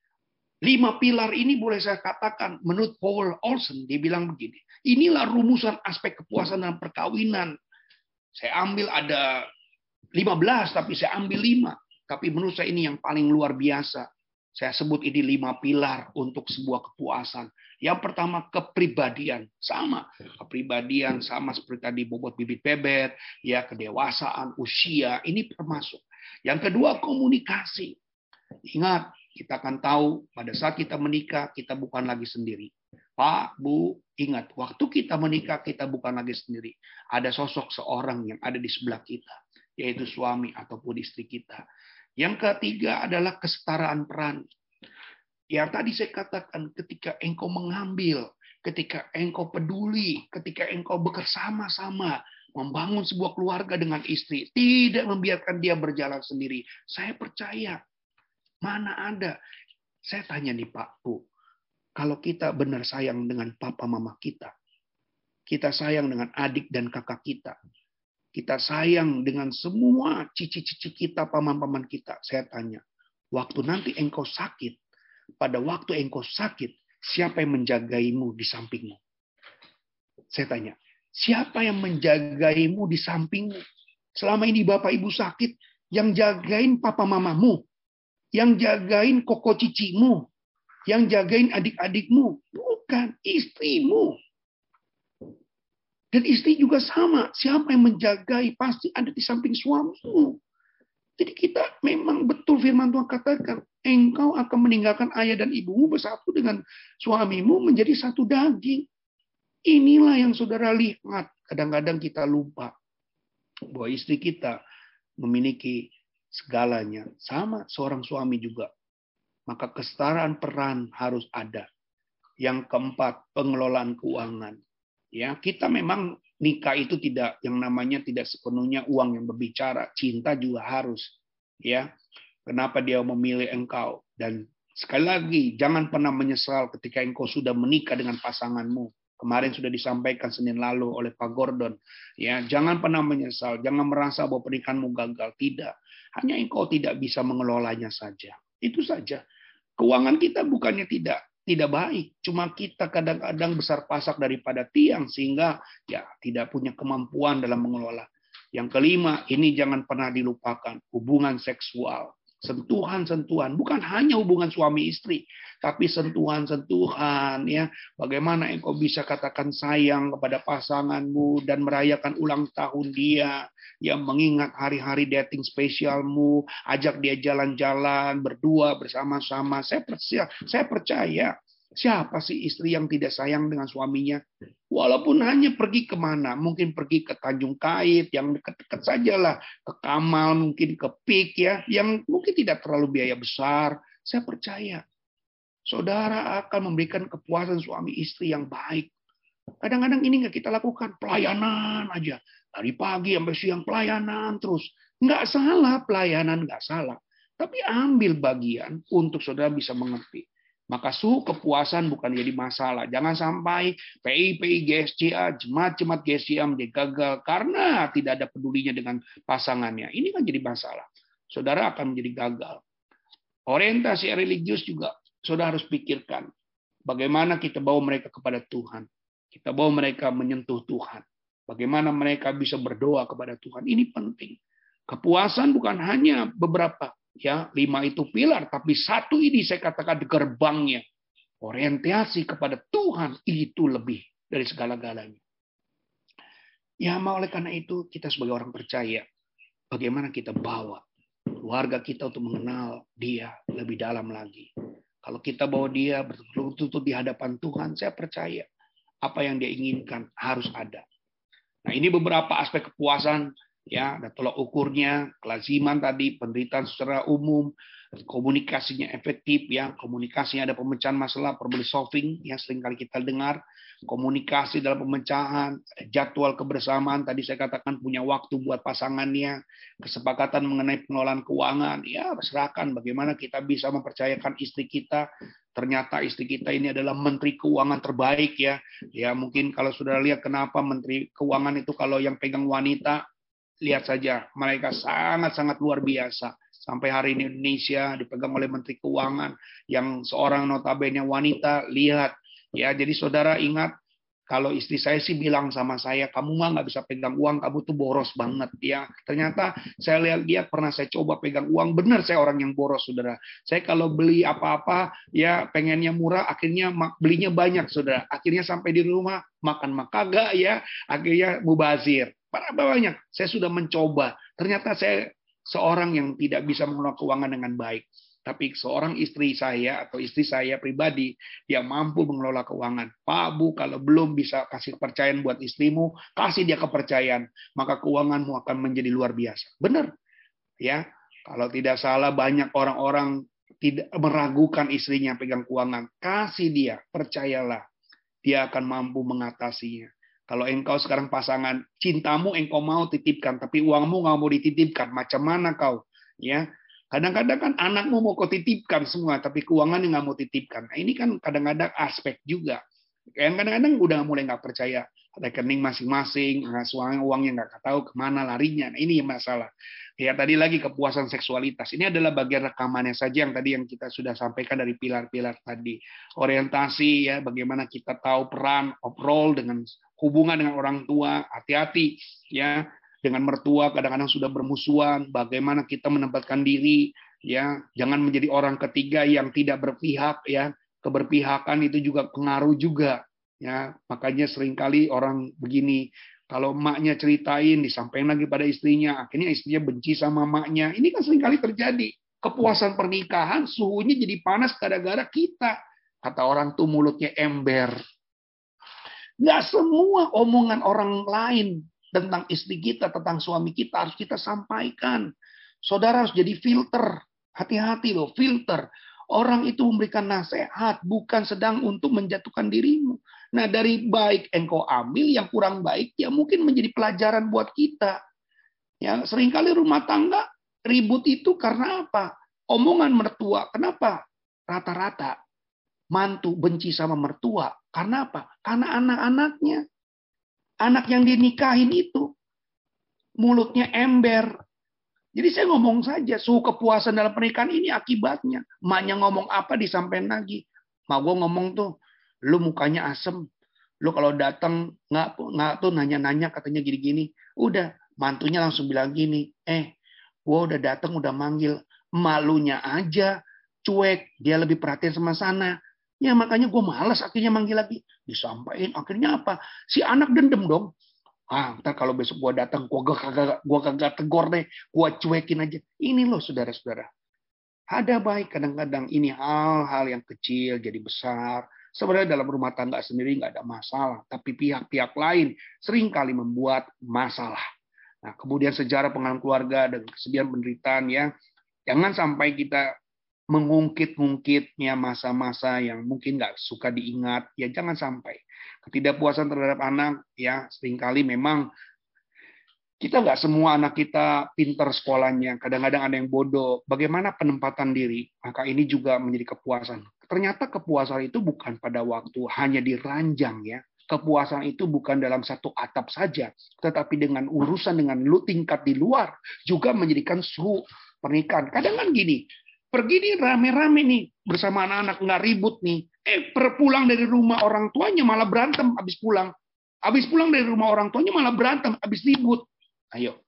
5 pilar ini boleh saya katakan, menurut Paul Olsen, dia bilang begini, inilah rumusan aspek kepuasan dalam perkawinan. Saya ambil ada 15, tapi saya ambil 5. Tapi menurut saya ini yang paling luar biasa. Saya sebut ini 5 pilar untuk sebuah kepuasan. Yang pertama, kepribadian. Sama. Kepribadian sama seperti tadi bobot bibit bebet, ya kedewasaan, usia, ini termasuk. Yang kedua, komunikasi. Ingat, kita akan tahu pada saat kita menikah, kita bukan lagi sendiri. Pak, Bu, ingat, waktu kita menikah, kita bukan lagi sendiri. Ada sosok seorang yang ada di sebelah kita, yaitu suami ataupun istri kita. Yang ketiga adalah kesetaraan peran. Yang tadi saya katakan, ketika engkau mengambil, ketika engkau peduli, ketika engkau bersama-sama membangun sebuah keluarga dengan istri, tidak membiarkan dia berjalan sendiri. Saya percaya, mana ada. Saya tanya nih Pak, Bu, kalau kita benar sayang dengan papa mama kita sayang dengan adik dan kakak kita, Kita sayang dengan semua cici-cici kita, paman-paman kita. Saya tanya, waktu nanti engkau sakit, pada waktu engkau sakit, siapa yang menjagaimu di sampingmu? Saya tanya, siapa yang menjagaimu di sampingmu? Selama ini Bapak Ibu sakit, yang jagain papa mamamu, yang jagain koko cicimu, yang jagain adik-adikmu, bukan istrimu. Dan istri juga sama. Siapa yang menjagai pasti ada di samping suamimu. Jadi kita memang betul firman Tuhan katakan, engkau akan meninggalkan ayah dan ibumu bersatu dengan suamimu menjadi satu daging. Inilah yang saudara lihat. Kadang-kadang kita lupa bahwa istri kita memiliki segalanya. Sama seorang suami juga. Maka kesetaraan peran harus ada. Yang keempat, pengelolaan keuangan. Ya, kita memang nikah itu tidak yang namanya tidak sepenuhnya uang yang berbicara, cinta juga harus. Ya, kenapa dia memilih engkau? Dan sekali lagi, jangan pernah menyesal ketika engkau sudah menikah dengan pasanganmu. Kemarin sudah disampaikan Senin lalu oleh Pak Gordon. Ya, jangan pernah menyesal, jangan merasa bahwa pernikahanmu gagal. Tidak, hanya engkau tidak bisa mengelolanya saja. Itu saja. Keuangan kita bukannya tidak baik, cuma kita kadang-kadang besar pasak daripada tiang sehingga ya tidak punya kemampuan dalam mengelola. Yang kelima, ini jangan pernah dilupakan, hubungan seksual. Sentuhan-sentuhan, bukan hanya hubungan suami istri, tapi sentuhan-sentuhan ya. Bagaimana engkau bisa katakan sayang kepada pasanganmu dan merayakan ulang tahun dia, yang mengingat hari-hari dating spesialmu, ajak dia jalan-jalan berdua bersama-sama. Saya percaya siapa sih istri yang tidak sayang dengan suaminya? Walaupun hanya pergi kemana, mungkin pergi ke Tanjung Kait, yang dekat-dekat sajalah, ke Kamal, mungkin ke Pik ya, yang mungkin tidak terlalu biaya besar. Saya percaya saudara akan memberikan kepuasan suami istri yang baik. Kadang-kadang ini nggak kita lakukan, pelayanan aja. Dari pagi sampai siang pelayanan terus. Nggak salah pelayanan, nggak salah. Tapi ambil bagian untuk saudara bisa mengerti. Maka suhu kepuasan bukan jadi masalah. Jangan sampai PI, GSCA, jemaat-jemaat GSCA menjadi gagal karena tidak ada pedulinya dengan pasangannya. Ini kan jadi masalah. Saudara akan menjadi gagal. Orientasi religius juga saudara harus pikirkan. Bagaimana kita bawa mereka kepada Tuhan. Kita bawa mereka menyentuh Tuhan. Bagaimana mereka bisa berdoa kepada Tuhan. Ini penting. Kepuasan bukan hanya beberapa. Ya, 5 itu pilar, tapi 1 ini saya katakan gerbangnya. Orientasi kepada Tuhan itu lebih dari segala-galanya. Ya, oleh karena itu kita sebagai orang percaya, bagaimana kita bawa keluarga kita untuk mengenal Dia lebih dalam lagi. Kalau kita bawa dia betul-betul di hadapan Tuhan, saya percaya apa yang dia inginkan harus ada. Nah, ini beberapa aspek kepuasan. Ya, ada tolak ukurnya, kelaziman tadi, penderitaan secara umum, komunikasinya efektif, ya, komunikasinya ada pemecahan masalah, problem solving, yang seringkali kita dengar, komunikasi dalam pemecahan, jadwal kebersamaan, tadi saya katakan punya waktu buat pasangannya, kesepakatan mengenai pengelolaan keuangan, ya, serahkan bagaimana kita bisa mempercayakan istri kita. Ternyata istri kita ini adalah menteri keuangan terbaik, ya. Ya, mungkin kalau sudah lihat kenapa menteri keuangan itu kalau yang pegang wanita, lihat saja, mereka sangat-sangat luar biasa. Sampai hari ini Indonesia dipegang oleh Menteri Keuangan yang seorang notabene wanita. Lihat, ya. Jadi saudara ingat, kalau istri saya sih bilang sama saya, kamu mah nggak bisa pegang uang, kamu tuh boros banget, ya. Ternyata saya lihat dia pernah saya coba pegang uang, benar saya orang yang boros, saudara. Saya kalau beli apa-apa, ya pengennya murah, akhirnya belinya banyak, saudara. Akhirnya sampai di rumah makan kagak, ya. Akhirnya mubazir. Banyak. Saya sudah mencoba. Ternyata saya seorang yang tidak bisa mengelola keuangan dengan baik. Tapi seorang istri saya atau istri saya pribadi yang mampu mengelola keuangan. Pak, Bu, kalau belum bisa kasih kepercayaan buat istrimu, kasih dia kepercayaan. Maka keuanganmu akan menjadi luar biasa. Benar. Ya, kalau tidak salah banyak orang-orang tidak meragukan istrinya pegang keuangan. Kasih dia, percayalah. Dia akan mampu mengatasinya. Kalau engkau sekarang pasangan, cintamu engkau mau titipkan, tapi uangmu nggak mau dititipkan. Macam mana kau? Ya, kadang-kadang kan anakmu mau kau titipkan semua, tapi keuangannya nggak mau titipkan. Nah, ini kan kadang-kadang aspek juga. Kadang-kadang udah mulai nggak percaya. rekening masing-masing, uangnya nggak tahu kemana larinya. Nah, ini yang masalah. Ya tadi lagi kepuasan seksualitas. Ini adalah bagian rekamannya saja yang tadi yang kita sudah sampaikan dari pilar-pilar tadi. Orientasi ya, bagaimana kita tahu peran, role dengan hubungan dengan orang tua, hati-hati ya. Dengan mertua kadang-kadang sudah bermusuhan, bagaimana kita menempatkan diri ya, jangan menjadi orang ketiga yang tidak berpihak ya. Keberpihakan itu juga pengaruh juga. Ya, makanya seringkali orang begini, kalau emaknya ceritain, disampaikan lagi pada istrinya, akhirnya istrinya benci sama emaknya. Ini kan seringkali terjadi. Kepuasan pernikahan, suhunya jadi panas gara-gara kita. Kata orang tuh mulutnya ember. Nggak semua omongan orang lain tentang istri kita, tentang suami kita harus kita sampaikan. Saudara harus jadi filter. Hati-hati loh, filter. Orang itu memberikan nasihat, bukan sedang untuk menjatuhkan dirimu. Nah, dari baik engkau ambil, yang kurang baik, ya mungkin menjadi pelajaran buat kita. Ya, seringkali rumah tangga ribut itu karena apa? Omongan mertua. Kenapa? Rata-rata mantu benci sama mertua. Karena apa? Karena anak-anaknya. Anak yang dinikahin itu mulutnya ember. Jadi saya ngomong saja, suhu kepuasan dalam pernikahan ini akibatnya. Maknya ngomong apa disampaikan lagi. Mak gue ngomong tuh, lu mukanya asem. Lu kalau datang nggak tuh nanya-nanya katanya gini-gini. Udah, mantunya langsung bilang gini, gue udah datang udah manggil. Malunya aja, cuek. Dia lebih perhatian sama sana. Ya makanya gue malas akhirnya manggil lagi. Disampaikan, akhirnya apa? Si anak dendam dong. Ntar kalau besok gue datang, gue kagak tegur deh, gue cuekin aja. Ini loh saudara-saudara. Ada baik kadang-kadang ini hal-hal yang kecil jadi besar. Sebenarnya dalam rumah tangga sendiri nggak ada masalah, tapi pihak-pihak lain seringkali membuat masalah. Nah, kemudian sejarah pengalaman keluarga dan kesedihan penderitaan ya, jangan sampai kita mengungkit-ungkitnya masa-masa yang mungkin nggak suka diingat, ya jangan sampai. Ketidakpuasan terhadap anak, ya seringkali memang kita nggak semua anak kita pinter sekolahnya, kadang-kadang ada yang bodoh. Bagaimana penempatan diri? Maka ini juga menjadi kepuasan. Ternyata kepuasan itu bukan pada waktu hanya diranjang ya. Kepuasan itu bukan dalam satu atap saja, tetapi dengan urusan dengan tingkat di luar juga menjadikan suhu pernikahan. Kadang kan gini, pergi nih rame-rame nih bersama anak-anak nggak ribut nih. Pulang dari rumah orang tuanya malah berantem habis pulang. Habis pulang dari rumah orang tuanya malah berantem habis ribut. Ayo,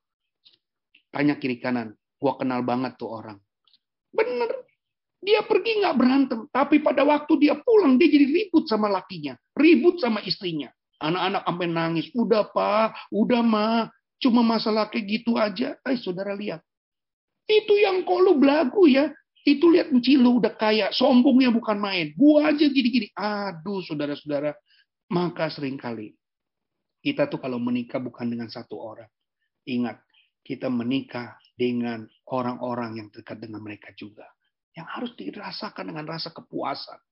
tanya kiri kanan. Gua kenal banget tuh orang. Bener, dia pergi nggak berantem, tapi pada waktu dia pulang dia jadi ribut sama lakinya, ribut sama istrinya. Anak-anak sampai nangis. Udah pak, udah ma, cuma masalah kayak gitu aja. Saudara lihat, itu yang kok lu belagu ya. Itu lihat Cilu udah kaya, sombongnya bukan main. Gua aja gini-gini. Aduh, saudara-saudara. Maka seringkali kita tuh kalau menikah bukan dengan satu orang. Ingat, kita menikah dengan orang-orang yang dekat dengan mereka juga. Yang harus dirasakan dengan rasa kepuasan.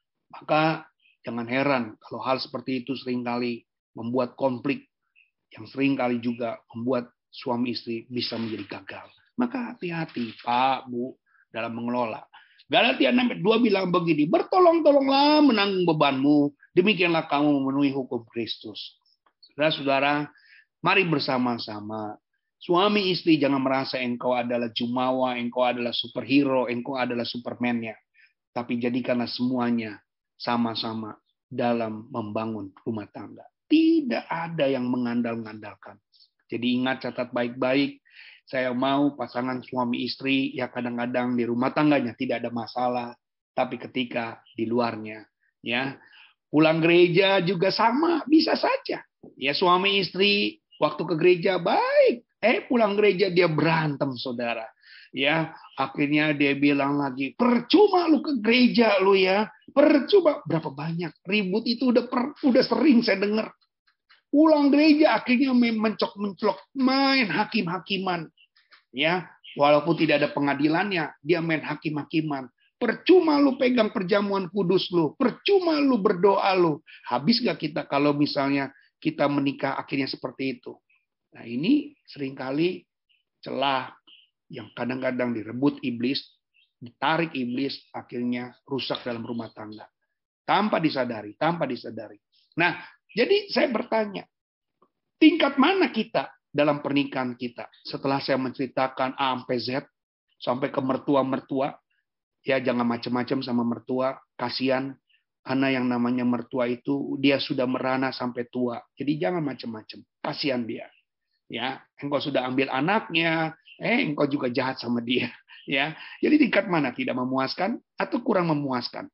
Maka jangan heran kalau hal seperti itu seringkali membuat konflik. Yang seringkali juga membuat suami istri bisa menjadi gagal. Maka hati-hati, Pak, Bu, dalam mengelola. Galatia 6:2 bilang begini, bertolong-tolonglah menanggung bebanmu, demikianlah kamu memenuhi hukum Kristus. Saudara-saudara, mari bersama-sama. Suami istri jangan merasa engkau adalah jumawa, engkau adalah superhero, engkau adalah superman-nya. Tapi jadikanlah semuanya sama-sama dalam membangun rumah tangga. Tidak ada yang mengandal-ngandalkan. Jadi ingat, catat baik-baik. Saya mau pasangan suami istri ya kadang-kadang di rumah tangganya tidak ada masalah, tapi ketika di luarnya ya pulang gereja juga sama, bisa saja. Ya suami istri waktu ke gereja baik, pulang gereja dia berantem saudara. Ya, akhirnya dia bilang lagi, percuma lu ke gereja lu ya. Percuma, berapa banyak ribut itu udah sering saya dengar. Pulang gereja akhirnya mencok-mencok, main hakim-hakiman. Ya, walaupun tidak ada pengadilannya, dia main hakim-hakiman. Percuma lu pegang perjamuan kudus lu, percuma lu berdoa lu. Habis gak kita kalau misalnya kita menikah akhirnya seperti itu? Nah, ini seringkali celah yang kadang-kadang direbut iblis, ditarik iblis, akhirnya rusak dalam rumah tangga. Tanpa disadari. Nah, Jadi saya bertanya, tingkat mana kita dalam pernikahan kita? Setelah saya menceritakan A sampai Z, sampai ke mertua-mertua, ya jangan macam-macam sama mertua, kasihan. Anak yang namanya mertua itu dia sudah merana sampai tua. Jadi jangan macam-macam, kasihan dia. Ya, engkau sudah ambil anaknya, engkau juga jahat sama dia. Ya, jadi tingkat mana? Tidak memuaskan, atau kurang memuaskan,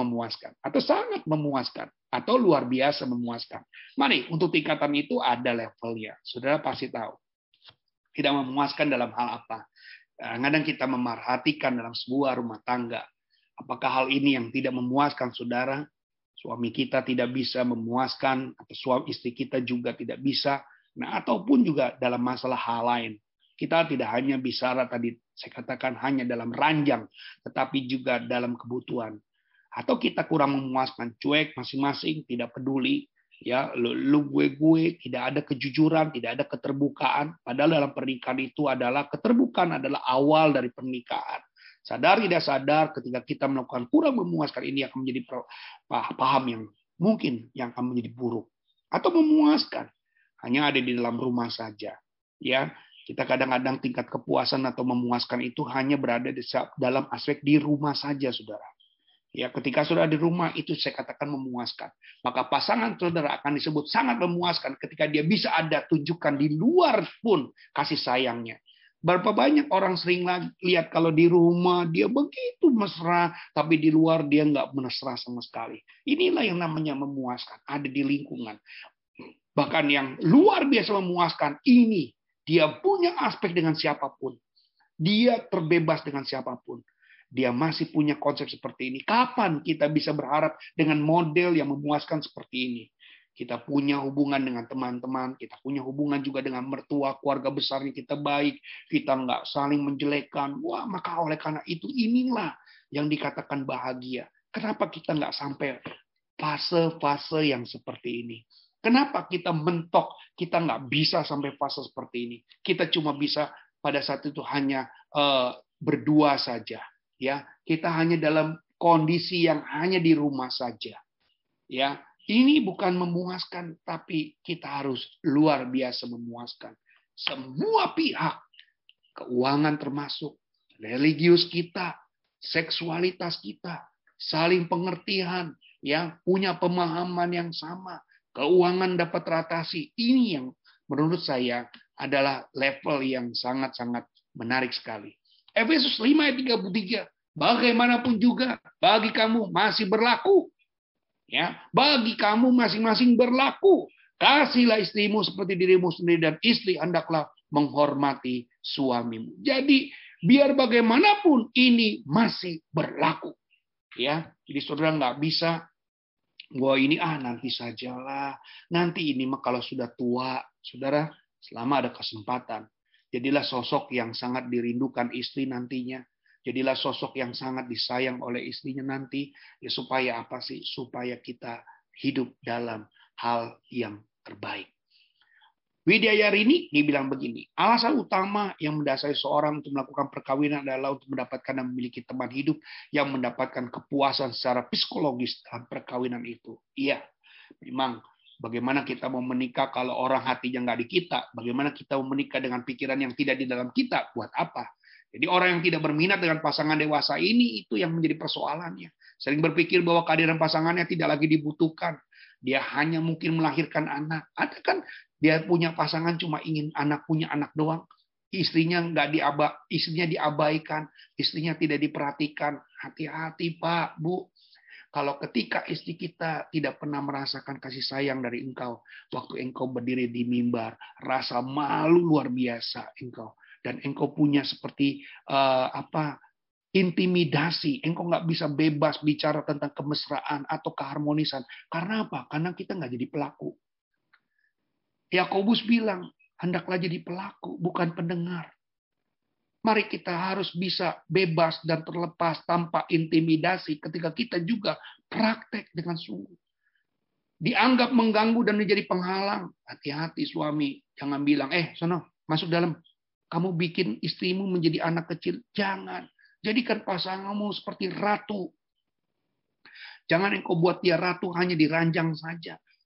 atau sangat memuaskan, atau luar biasa memuaskan. Mari, untuk tingkatan itu ada levelnya. Saudara pasti tahu. Tidak memuaskan dalam hal apa? Kadang kita memerhatikan dalam sebuah rumah tangga. Apakah hal ini yang tidak memuaskan saudara? Suami kita tidak bisa memuaskan, atau suami istri kita juga tidak bisa. Nah, ataupun juga dalam masalah hal lain. Kita tidak hanya bicara tadi, saya katakan hanya dalam ranjang, tetapi juga dalam kebutuhan. Atau kita kurang memuaskan, cuek masing-masing, tidak peduli. Ya, lu gue, tidak ada kejujuran, tidak ada keterbukaan. Padahal dalam pernikahan itu adalah keterbukaan adalah awal dari pernikahan. Sadar tidak sadar, ketika kita melakukan kurang memuaskan, ini akan menjadi paham yang mungkin yang akan menjadi buruk. Atau memuaskan. Hanya ada di dalam rumah saja. Ya, kita kadang-kadang tingkat kepuasan atau memuaskan itu hanya berada di dalam aspek di rumah saja, saudara. Ya, ketika saudara di rumah itu saya katakan memuaskan. Maka pasangan saudara akan disebut sangat memuaskan ketika dia bisa ada tunjukkan di luar pun kasih sayangnya. Berapa banyak orang sering lihat kalau di rumah dia begitu mesra, tapi di luar dia nggak mesra sama sekali. Inilah yang namanya memuaskan, ada di lingkungan. Bahkan yang luar biasa memuaskan ini, dia punya aspek dengan siapapun. Dia terbebas dengan siapapun. Dia masih punya konsep seperti ini. Kapan kita bisa berharap dengan model yang memuaskan seperti ini? Kita punya hubungan dengan teman-teman, kita punya hubungan juga dengan mertua, keluarga besarnya kita baik, kita nggak saling menjelekkan. Wah, maka oleh karena itu inilah yang dikatakan bahagia. Kenapa kita nggak sampai fase-fase yang seperti ini? Kenapa kita mentok? Kita nggak bisa sampai fase seperti ini. Kita cuma bisa pada saat itu hanya berdua saja. Ya, kita hanya dalam kondisi yang hanya di rumah saja. Ya, ini bukan memuaskan, tapi kita harus luar biasa memuaskan semua pihak, keuangan termasuk, religius kita, seksualitas kita, saling pengertian, ya, punya pemahaman yang sama. Keuangan dapat teratasi. Ini yang menurut saya adalah level yang sangat-sangat menarik sekali. Efesus 5 ayat 33. Bagaimanapun juga bagi kamu masih berlaku. Ya, bagi kamu masing-masing berlaku. Kasihlah istrimu seperti dirimu sendiri dan istri hendaklah menghormati suamimu. Jadi biar bagaimanapun ini masih berlaku. Ya, jadi saudara nggak bisa wah ini nanti sajalah. Nanti ini mah kalau sudah tua, saudara, selama ada kesempatan. Jadilah sosok yang sangat dirindukan istri nantinya. Jadilah sosok yang sangat disayang oleh istrinya nanti. Ya supaya apa sih? Supaya kita hidup dalam hal yang terbaik. Widyayari dia bilang begini, alasan utama yang mendasari seorang untuk melakukan perkawinan adalah untuk mendapatkan dan memiliki teman hidup yang mendapatkan kepuasan secara psikologis dalam perkawinan itu. Iya, memang bagaimana kita mau menikah kalau orang hatinya nggak di kita? Bagaimana kita mau menikah dengan pikiran yang tidak di dalam kita? Buat apa? Jadi orang yang tidak berminat dengan pasangan dewasa ini, itu yang menjadi persoalannya. Sering berpikir bahwa kehadiran pasangannya tidak lagi dibutuhkan. Dia hanya mungkin melahirkan anak. Ada kan dia punya pasangan cuma ingin punya anak doang. Istrinya istrinya diabaikan, istrinya tidak diperhatikan. Hati-hati Pak, Bu. Kalau ketika istri kita tidak pernah merasakan kasih sayang dari engkau, waktu engkau berdiri di mimbar, rasa malu luar biasa engkau. Dan engkau punya seperti intimidasi, engkau nggak bisa bebas bicara tentang kemesraan atau keharmonisan. Karena apa? Karena kita nggak jadi pelaku. Yakobus bilang, hendaklah jadi pelaku, bukan pendengar. Mari kita harus bisa bebas dan terlepas tanpa intimidasi ketika kita juga praktek dengan sungguh. Dianggap mengganggu dan menjadi penghalang. Hati-hati suami, jangan bilang, sono, masuk dalam. Kamu bikin istrimu menjadi anak kecil. Jangan. Jadikan pasanganmu seperti ratu. Jangan engkau buat dia ratu hanya di ranjang saja.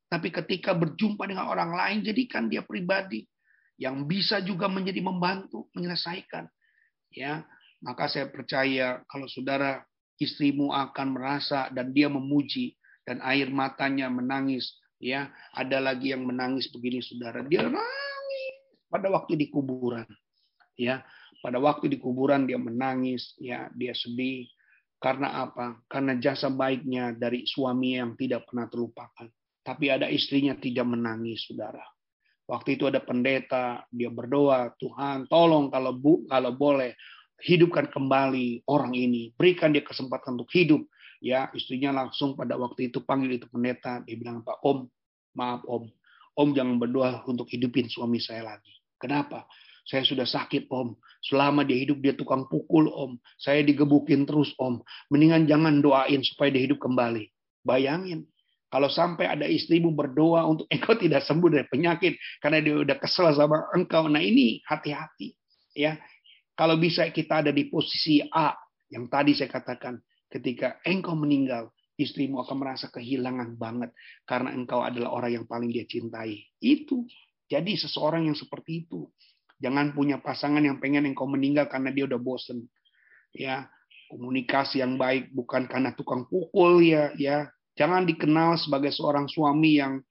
Tapi ketika berjumpa dengan orang lain, jadikan dia pribadi yang bisa juga menjadi membantu menyelesaikan. Ya, maka saya percaya kalau saudara istrimu akan merasa dan dia memuji dan air matanya menangis. Ya, ada lagi yang menangis begini, saudara. Dia nangis pada waktu di kuburan. Ya, pada waktu di kuburan dia menangis. Ya, dia sedih. Karena apa? Karena jasa baiknya dari suami yang tidak pernah terlupakan. Tapi ada istrinya tidak menangis, saudara. Waktu itu ada pendeta, dia berdoa, Tuhan tolong kalau boleh hidupkan kembali orang ini, berikan dia kesempatan untuk hidup. Ya, istrinya langsung pada waktu itu panggil itu pendeta, dia bilang, Pak Om, maaf Om jangan berdoa untuk hidupin suami saya lagi. Kenapa? Saya sudah sakit Om, selama dia hidup dia tukang pukul Om, saya digebukin terus Om, mendingan jangan doain supaya dia hidup kembali. Bayangin. Kalau sampai ada istrimu berdoa untuk engkau tidak sembuh dari penyakit karena dia udah kesel sama engkau. Nah ini hati-hati. Ya, kalau bisa kita ada di posisi A yang tadi saya katakan, ketika engkau meninggal, istrimu akan merasa kehilangan banget karena engkau adalah orang yang paling dia cintai. Itu. Jadi seseorang yang seperti itu. Jangan punya pasangan yang pengen engkau meninggal karena dia udah bosen. Ya, komunikasi yang baik bukan karena tukang pukul ya. Jangan dikenal sebagai seorang suami yang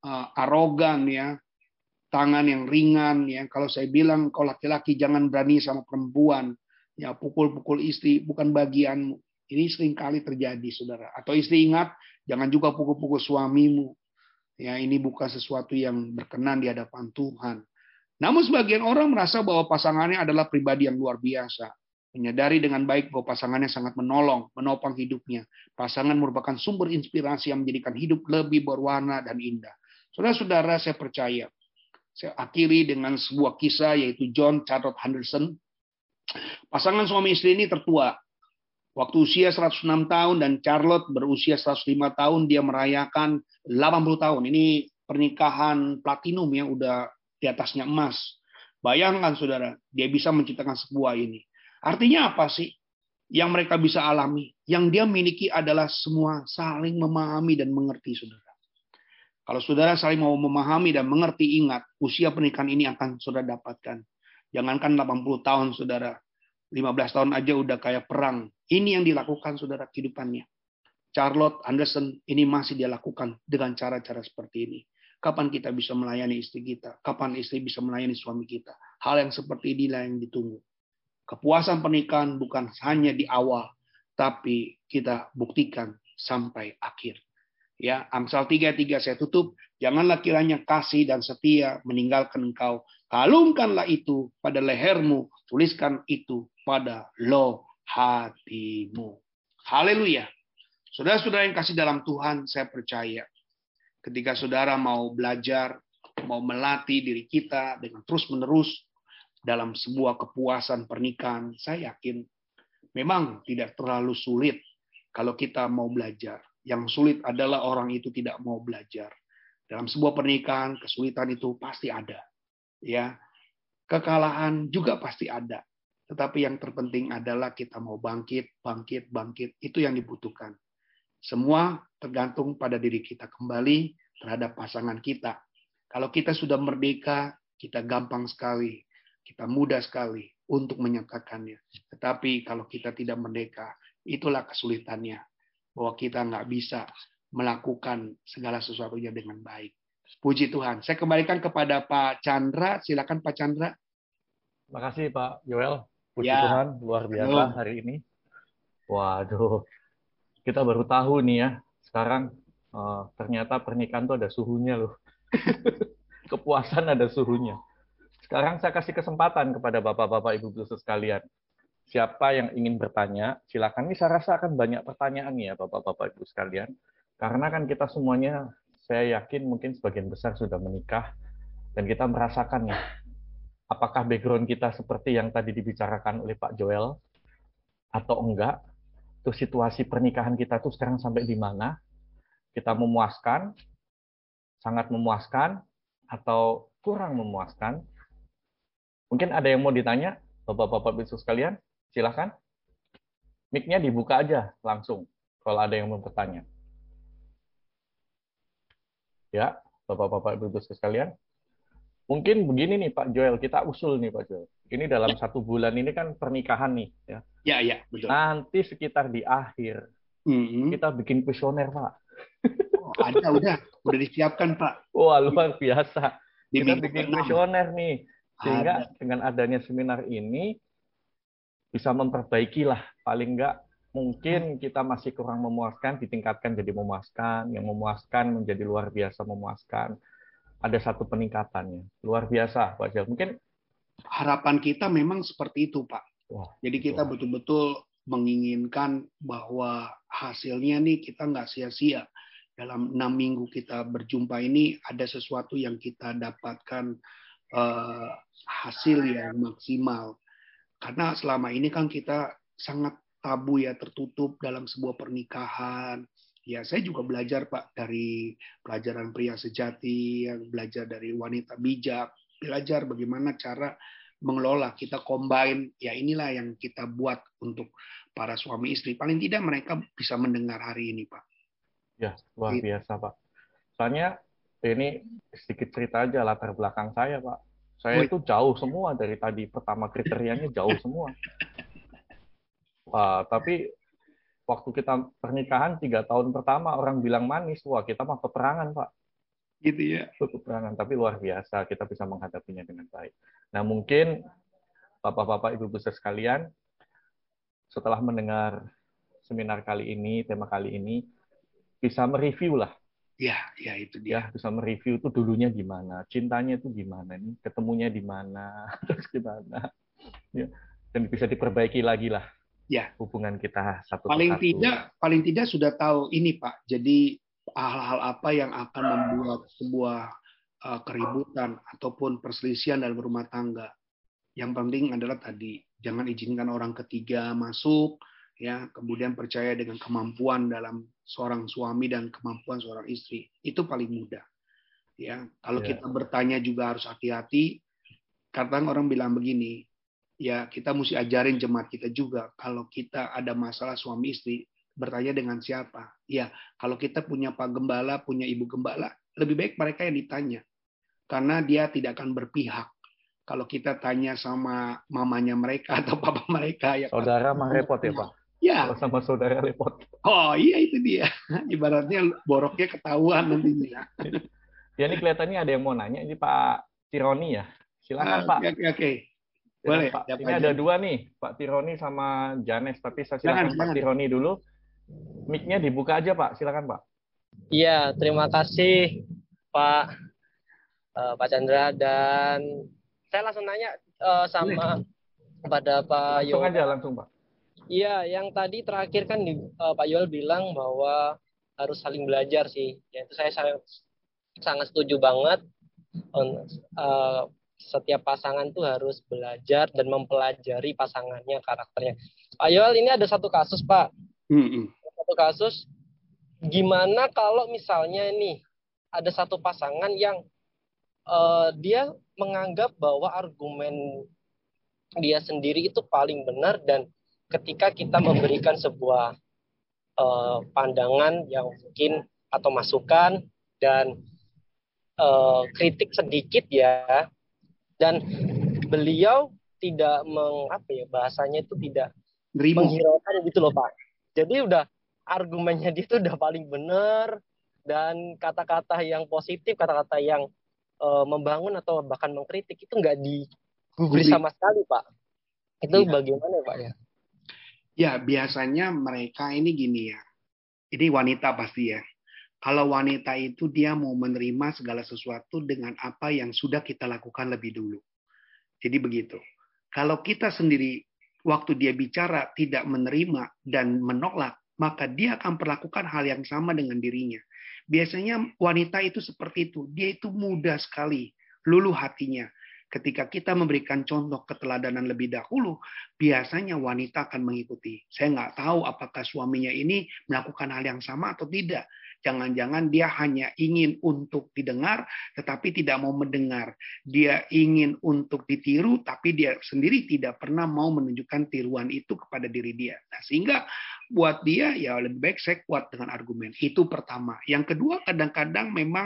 arogan ya, tangan yang ringan ya. Kalau saya bilang kau laki-laki jangan berani sama perempuan, ya pukul-pukul istri bukan bagianmu. Ini sering kali terjadi, saudara. Atau istri ingat, jangan juga pukul-pukul suamimu. Ya, ini bukan sesuatu yang berkenan di hadapan Tuhan. Namun sebagian orang merasa bahwa pasangannya adalah pribadi yang luar biasa. Menyadari dengan baik bahwa pasangannya sangat menolong, menopang hidupnya. Pasangan merupakan sumber inspirasi yang menjadikan hidup lebih berwarna dan indah. Saudara-saudara, saya percaya. Saya akhiri dengan sebuah kisah yaitu John Charlotte Henderson. Pasangan suami istri ini tertua. Waktu usia 106 tahun dan Charlotte berusia 105 tahun, dia merayakan 80 tahun. Ini pernikahan platinum ya, udah di atasnya emas. Bayangkan saudara, dia bisa menciptakan sebuah ini. Artinya apa sih yang mereka bisa alami? Yang dia miliki adalah semua saling memahami dan mengerti, saudara. Kalau saudara saling mau memahami dan mengerti, ingat, usia pernikahan ini akan saudara dapatkan. Jangankan 80 tahun, saudara. 15 tahun aja udah kayak perang. Ini yang dilakukan, saudara, kehidupannya. Charlotte Anderson ini masih dia lakukan dengan cara-cara seperti ini. Kapan kita bisa melayani istri kita? Kapan istri bisa melayani suami kita? Hal yang seperti inilah yang ditunggu. Kepuasan pernikahan bukan hanya di awal, tapi kita buktikan sampai akhir. Ya, Amsal 3:3 saya tutup. Janganlah kiranya kasih dan setia meninggalkan engkau. Kalungkanlah itu pada lehermu, tuliskan itu pada loh hatimu. Haleluya. Saudara-saudara yang kasih dalam Tuhan, saya percaya ketika saudara mau belajar, mau melatih diri kita dengan terus-menerus dalam sebuah kepuasan pernikahan, saya yakin memang tidak terlalu sulit kalau kita mau belajar. Yang sulit adalah orang itu tidak mau belajar. Dalam sebuah pernikahan, kesulitan itu pasti ada. Ya, kekalahan juga pasti ada. Tetapi yang terpenting adalah kita mau bangkit. Itu yang dibutuhkan. Semua tergantung pada diri kita kembali terhadap pasangan kita. Kalau kita sudah merdeka, kita gampang sekali. Kita mudah sekali untuk menyatakannya. Tetapi kalau kita tidak merdeka, itulah kesulitannya. Bahwa kita nggak bisa melakukan segala sesuatunya dengan baik. Puji Tuhan. Saya kembalikan kepada Pak Chandra. Silakan Pak Chandra. Terima kasih Pak Joel. Puji Ya. Tuhan, luar biasa hari ini. Waduh, kita baru tahu nih ya. Sekarang ternyata pernikahan tuh ada suhunya loh. Kepuasan ada suhunya. Sekarang saya kasih kesempatan kepada Bapak-Bapak, Ibu-Ibu sekalian. Siapa yang ingin bertanya, silakan. Ini saya rasa akan banyak pertanyaan nih ya Bapak-Bapak, Ibu sekalian. Karena kan kita semuanya, saya yakin mungkin sebagian besar sudah menikah. Dan kita merasakan nih, apakah background kita seperti yang tadi dibicarakan oleh Pak Joel, atau enggak. Terus situasi pernikahan kita tuh sekarang sampai di mana? Kita memuaskan, sangat memuaskan, atau kurang memuaskan? Mungkin ada yang mau ditanya, Bapak-Bapak Ibu sekalian, silakan. Mic-nya dibuka aja langsung, kalau ada yang mau bertanya. ya, Bapak-bapak Ibu sekalian. Mungkin begini nih Pak Joel, kita usul nih Pak Joel. Ini dalam 1 bulan ini kan pernikahan nih, ya. Ya, betul. Nanti sekitar di akhir kita bikin kuesioner Pak. Oh, ada, udah disiapkan Pak. Wah, luar biasa. Di Kita minggu bikin ke-6. kuesioner nih, sehingga Ada. dengan adanya seminar ini bisa memperbaiki lah, paling nggak mungkin kita masih kurang memuaskan, ditingkatkan jadi memuaskan, yang memuaskan menjadi luar biasa memuaskan. Ada satu peningkatannya, luar biasa Pak Joel. Mungkin harapan kita memang seperti itu Pak. Wah, jadi kita betul-betul menginginkan bahwa hasilnya nih kita nggak sia-sia. Dalam 6 minggu kita berjumpa ini ada sesuatu yang kita dapatkan hasil yang maksimal. Karena selama ini kan kita sangat tabu ya, tertutup dalam sebuah pernikahan. Ya, saya juga belajar Pak dari pelajaran pria sejati, yang belajar dari wanita bijak, belajar bagaimana cara mengelola, kita combine. Ya, inilah yang kita buat untuk para suami istri. Paling tidak mereka bisa mendengar hari ini Pak. Ya, luar biasa Pak. Soalnya ini sedikit cerita aja latar belakang saya Pak. Saya itu jauh semua dari tadi, pertama kriterianya jauh semua. Tapi waktu kita pernikahan 3 tahun pertama orang bilang manis, wah kita mah peperangan Pak. Gitu ya. Peperangan, tapi luar biasa kita bisa menghadapinya dengan baik. Nah mungkin Bapak-bapak Ibu sekalian, setelah mendengar seminar kali ini, tema kali ini, bisa mereview lah. Ya, itu dia. Ya, bisa mereview itu dulunya gimana, cintanya itu gimana, nih ketemunya di mana, terus gimana. Ya, dan bisa diperbaiki lagi lah. Ya. Hubungan kita satu paling persatu. Paling tidak sudah tahu ini Pak. Jadi hal-hal apa yang akan membuat sebuah keributan ataupun perselisihan dalam rumah tangga. Yang penting adalah tadi jangan izinkan orang ketiga masuk, ya, kemudian percaya dengan kemampuan dalam seorang suami dan kemampuan seorang istri. Itu paling mudah. Ya, kalau kita bertanya juga harus hati-hati. Kadang orang bilang begini, ya kita mesti ajarin jemaat kita juga, kalau kita ada masalah suami istri, bertanya dengan siapa. Ya, kalau kita punya Pak Gembala, punya Ibu Gembala, lebih baik mereka yang ditanya. Karena dia tidak akan berpihak. Kalau kita tanya sama mamanya mereka atau papa mereka, ya saudara mah repot ya Pak. Ya. Kalau sama saudara repot. Oh iya, itu dia. Ibaratnya boroknya ketahuan nantinya. Ya, ini kelihatannya ada yang mau nanya. Ini Pak Tironi ya. Silakan Pak. Oke. Boleh. Pak. Ini ada 2 nih, Pak Tironi sama Janes. Tapi saya silakan Pak Tironi dulu. Mic-nya dibuka aja Pak. Silakan Pak. Iya, terima kasih Pak Chandra, dan saya langsung nanya sama kepada Pak Yoel. Langsung aja, langsung Pak. Iya, yang tadi terakhir kan Pak Yoel bilang bahwa harus saling belajar sih. Ya, itu saya sangat setuju banget. Setiap pasangan tuh harus belajar dan mempelajari pasangannya, karakternya. Pak Yoel, ini ada satu kasus Pak. Satu kasus, gimana kalau misalnya nih ada satu pasangan yang dia menganggap bahwa argumen dia sendiri itu paling benar, dan ketika kita memberikan sebuah pandangan yang mungkin atau masukan dan kritik sedikit ya, dan beliau tidak bahasanya itu tidak menghiraukan gitu loh Pak. Jadi udah argumennya dia itu udah paling benar, dan kata-kata yang positif, kata-kata yang membangun atau bahkan mengkritik itu nggak digubris sama sekali Pak. Itu bagaimana Pak ya? Ya, biasanya mereka ini gini ya. Ini wanita pasti ya. Kalau wanita itu dia mau menerima segala sesuatu dengan apa yang sudah kita lakukan lebih dulu. Jadi begitu. Kalau kita sendiri waktu dia bicara tidak menerima dan menolak, maka dia akan perlakukan hal yang sama dengan dirinya. Biasanya wanita itu seperti itu. Dia itu mudah sekali, luluh hatinya. Ketika kita memberikan contoh keteladanan lebih dahulu, biasanya wanita akan mengikuti. Saya nggak tahu apakah suaminya ini melakukan hal yang sama atau tidak. Jangan-jangan dia hanya ingin untuk didengar, tetapi tidak mau mendengar. Dia ingin untuk ditiru, tapi dia sendiri tidak pernah mau menunjukkan tiruan itu kepada diri dia. Nah, sehingga buat dia, ya lebih baik saya kuat dengan argumen. Itu pertama. Yang kedua, kadang-kadang memang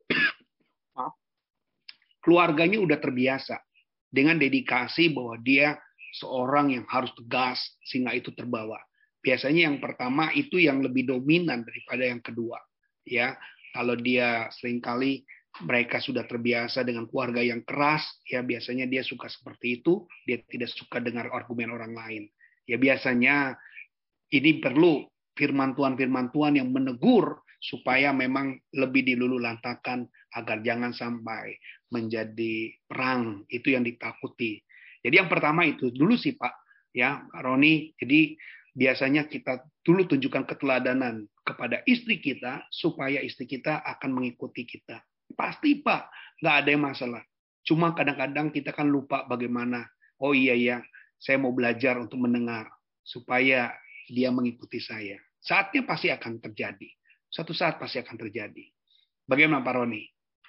keluarganya udah terbiasa dengan dedikasi bahwa dia seorang yang harus tegas sehingga itu terbawa. Biasanya yang pertama itu yang lebih dominan daripada yang kedua. Ya, kalau dia seringkali mereka sudah terbiasa dengan keluarga yang keras, ya biasanya dia suka seperti itu. Dia tidak suka dengar argumen orang lain. Ya biasanya ini perlu firman Tuhan yang menegur supaya memang lebih dilululantakan agar jangan sampai menjadi perang. Itu yang ditakuti. Jadi yang pertama itu dulu sih Pak, ya Roni. Jadi biasanya kita dulu tunjukkan keteladanan kepada istri kita supaya istri kita akan mengikuti kita. Pasti Pak, nggak ada yang masalah. Cuma kadang-kadang kita kan lupa bagaimana. Oh iya ya, saya mau belajar untuk mendengar supaya dia mengikuti saya. Saatnya pasti akan terjadi. Suatu saat pasti akan terjadi. Bagaimana Pak Roni?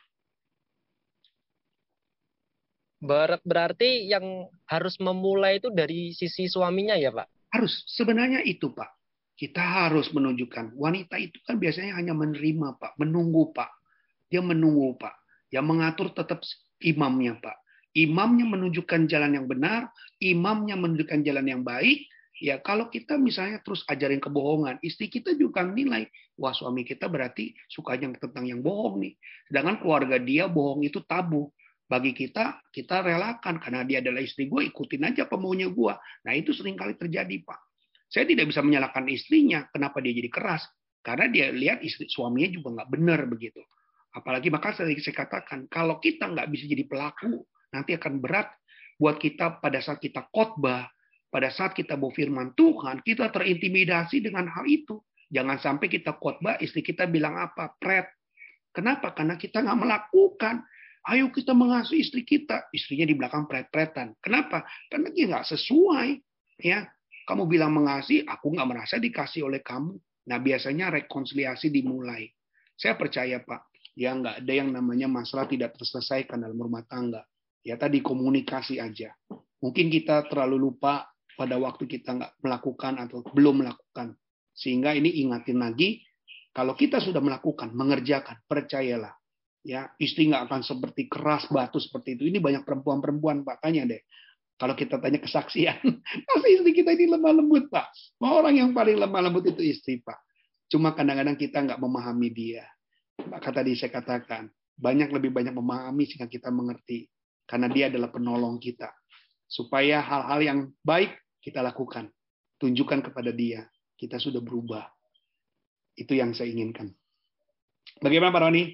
Berarti yang harus memulai itu dari sisi suaminya ya Pak? Harus. Sebenarnya itu Pak. Kita harus menunjukkan. Wanita itu kan biasanya hanya menerima Pak. Menunggu Pak. Dia menunggu Pak. Yang mengatur tetap imamnya Pak. Imamnya menunjukkan jalan yang benar. Imamnya menunjukkan jalan yang baik. Ya kalau kita misalnya terus ajarin kebohongan. Istri kita juga nilai. Wah suami kita berarti sukanya tentang yang bohong nih. Sedangkan keluarga dia bohong itu tabu. Bagi kita relakan. Karena dia adalah istri gue, ikutin aja pemaunya gue. Nah itu seringkali terjadi Pak. Saya tidak bisa menyalahkan istrinya. Kenapa dia jadi keras? Karena dia lihat suaminya juga nggak benar begitu. Apalagi maka saya katakan, kalau kita nggak bisa jadi pelaku, nanti akan berat buat kita pada saat kita khotbah, pada saat kita bawa firman Tuhan, kita terintimidasi dengan hal itu. Jangan sampai kita khotbah, istri kita bilang apa? Pret. Kenapa? Karena kita nggak melakukan. Ayo kita mengasihi istri kita. Istrinya di belakang pret-pretan. Kenapa? Karena dia nggak sesuai. Ya, kamu bilang mengasihi, aku nggak merasa dikasih oleh kamu. Nah, biasanya rekonsiliasi dimulai. Saya percaya Pak, ya nggak ada yang namanya masalah tidak terselesaikan dalam rumah tangga. Ya tadi komunikasi aja. Mungkin kita terlalu lupa pada waktu kita nggak melakukan atau belum melakukan. Sehingga ini ingatin lagi, kalau kita sudah melakukan, mengerjakan, percayalah. Ya, istri nggak akan seperti keras batu seperti itu. Ini banyak perempuan-perempuan Pak, tanya deh. Kalau kita tanya kesaksian, pasti istri kita ini lemah lembut Pak. Orang yang paling lemah lembut itu istri Pak. Cuma kadang-kadang kita nggak memahami dia. Maka tadi saya katakan, lebih banyak memahami sehingga kita mengerti. Karena dia adalah penolong kita. Supaya hal-hal yang baik kita lakukan. Tunjukkan kepada dia. Kita sudah berubah. Itu yang saya inginkan. Bagaimana Pak Roni?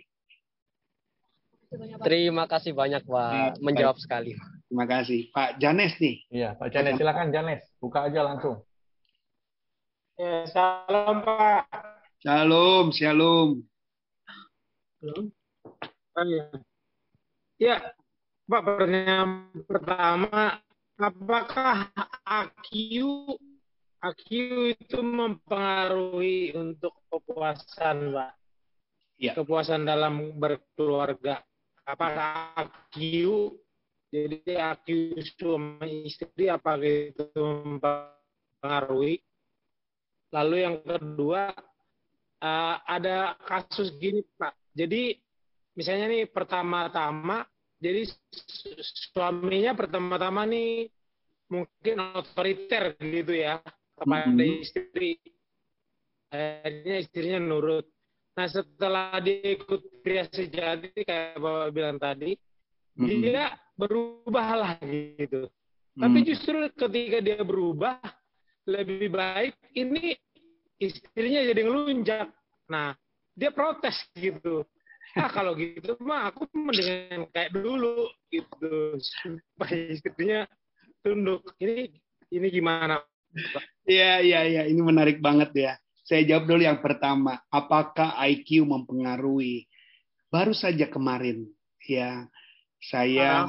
Terima kasih banyak Pak. Menjawab sekali. Terima kasih. Pak Janes nih. Iya, Pak Janes. Silakan Janes. Buka aja langsung. Ya, salam Pak. Shalom, shalom. Ya, Pak, pertanyaan pertama, apakah AQ itu mempengaruhi untuk kepuasan, Pak? Ya. Kepuasan dalam berkeluarga. Apakah AQ, jadi AQ suami istri, apakah itu mempengaruhi? Lalu yang kedua, ada kasus gini Pak. Jadi misalnya nih pertama-tama, jadi suaminya pertama-tama nih mungkin otoriter gitu ya kepada istri. Akhirnya istrinya nurut. Nah setelah dia ikut pria sejati kayak Bapak bilang tadi, dia berubah lah gitu. Tapi justru ketika dia berubah, lebih baik ini istrinya jadi ngelunjak. Nah, dia protes gitu. Kalau gitu mah aku mendingan kayak dulu gitu. Supaya istrinya tunduk. Ini gimana, Pak? Iya. Ini menarik banget ya. Saya jawab dulu yang pertama. Apakah IQ mempengaruhi? Baru saja kemarin, ya, saya...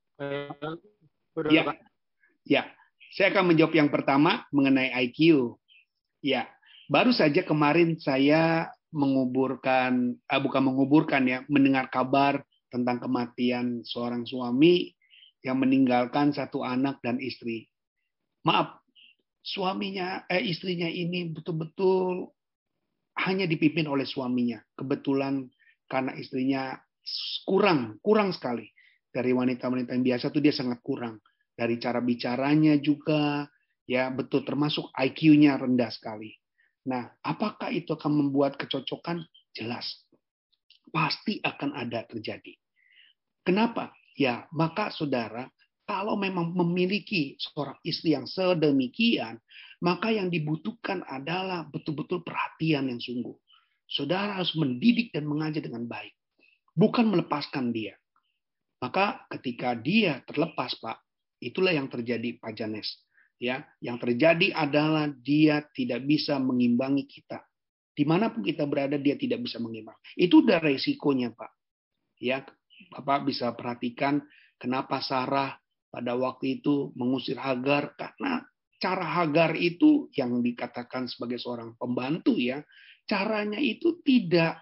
Ya, saya akan menjawab yang pertama mengenai IQ. Ya, baru saja kemarin saya mendengar kabar tentang kematian seorang suami yang meninggalkan satu anak dan istri. Maaf, istrinya ini betul-betul hanya dipimpin oleh suaminya. Kebetulan karena istrinya kurang sekali. Dari wanita-wanita yang biasa tuh dia sangat kurang. Dari cara bicaranya juga, ya betul, termasuk IQ-nya rendah sekali. Nah, apakah itu akan membuat kecocokan? Jelas. Pasti akan ada terjadi. Kenapa? Ya, maka saudara, kalau memang memiliki seorang istri yang sedemikian, maka yang dibutuhkan adalah betul-betul perhatian yang sungguh. Saudara harus mendidik dan mengajar dengan baik. Bukan melepaskan dia. Maka ketika dia terlepas, Pak, itulah yang terjadi, Pak Janes. Ya, yang terjadi adalah dia tidak bisa mengimbangi kita. Dimanapun kita berada, dia tidak bisa mengimbangi. Itu udah resikonya, Pak. Ya, Bapak bisa perhatikan kenapa Sarah pada waktu itu mengusir Hagar, karena cara Hagar itu yang dikatakan sebagai seorang pembantu, ya, caranya itu tidak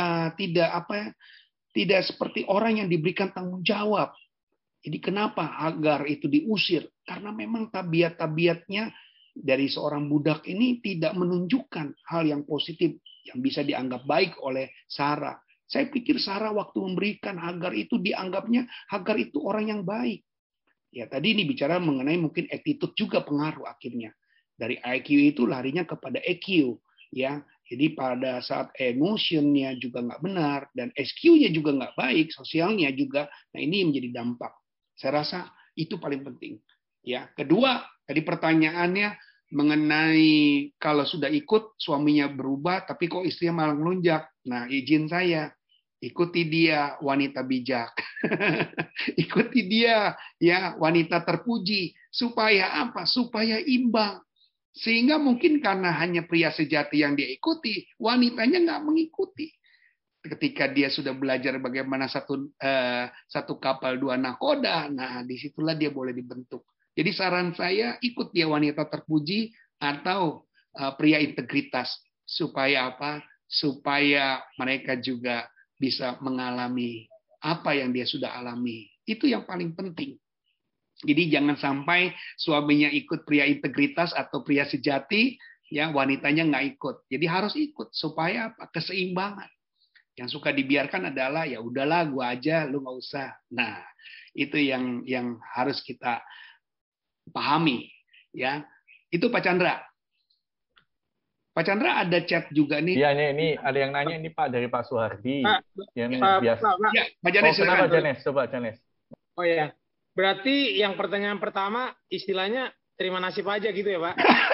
seperti orang yang diberikan tanggung jawab. Jadi kenapa Hagar itu diusir? Karena memang tabiat-tabiatnya dari seorang budak ini tidak menunjukkan hal yang positif yang bisa dianggap baik oleh Sarah. Saya pikir Sarah waktu memberikan Hagar itu dianggapnya Hagar itu orang yang baik. Ya, tadi ini bicara mengenai mungkin attitude juga pengaruh akhirnya. Dari IQ itu larinya kepada EQ, ya. Jadi pada saat emotionnya juga nggak benar dan SQ-nya juga nggak baik, sosialnya juga. Nah, ini menjadi dampak. Saya rasa itu paling penting. Ya, kedua, tadi pertanyaannya mengenai kalau sudah ikut suaminya berubah, tapi kok istrinya malah ngelunjak. Nah, izin saya, ikuti dia wanita bijak. Ikuti dia, ya, wanita terpuji. Supaya apa? Supaya imbang. Sehingga mungkin karena hanya pria sejati yang dia ikuti, wanitanya nggak mengikuti. Ketika dia sudah belajar bagaimana satu kapal dua nakoda, nah disitulah dia boleh dibentuk. Jadi saran saya, ikut dia wanita terpuji atau pria integritas. Supaya apa? Supaya mereka juga bisa mengalami apa yang dia sudah alami. Itu yang paling penting. Jadi jangan sampai suaminya ikut pria integritas atau pria sejati, ya wanitanya nggak ikut. Jadi harus ikut supaya apa? Keseimbangan. Yang suka dibiarkan adalah ya udahlah, gua aja, lu nggak usah. Nah, itu yang harus kita pahami, ya. Itu Pak Chandra. Pak Chandra ada chat juga nih. Iya, ini ada yang nanya ini Pak dari Pak Suhardi. Yang biasa. Ya, Pak Janes, kenapa Janes? Coba Janes. Oh ya, berarti yang pertanyaan pertama istilahnya terima nasib aja gitu ya Pak?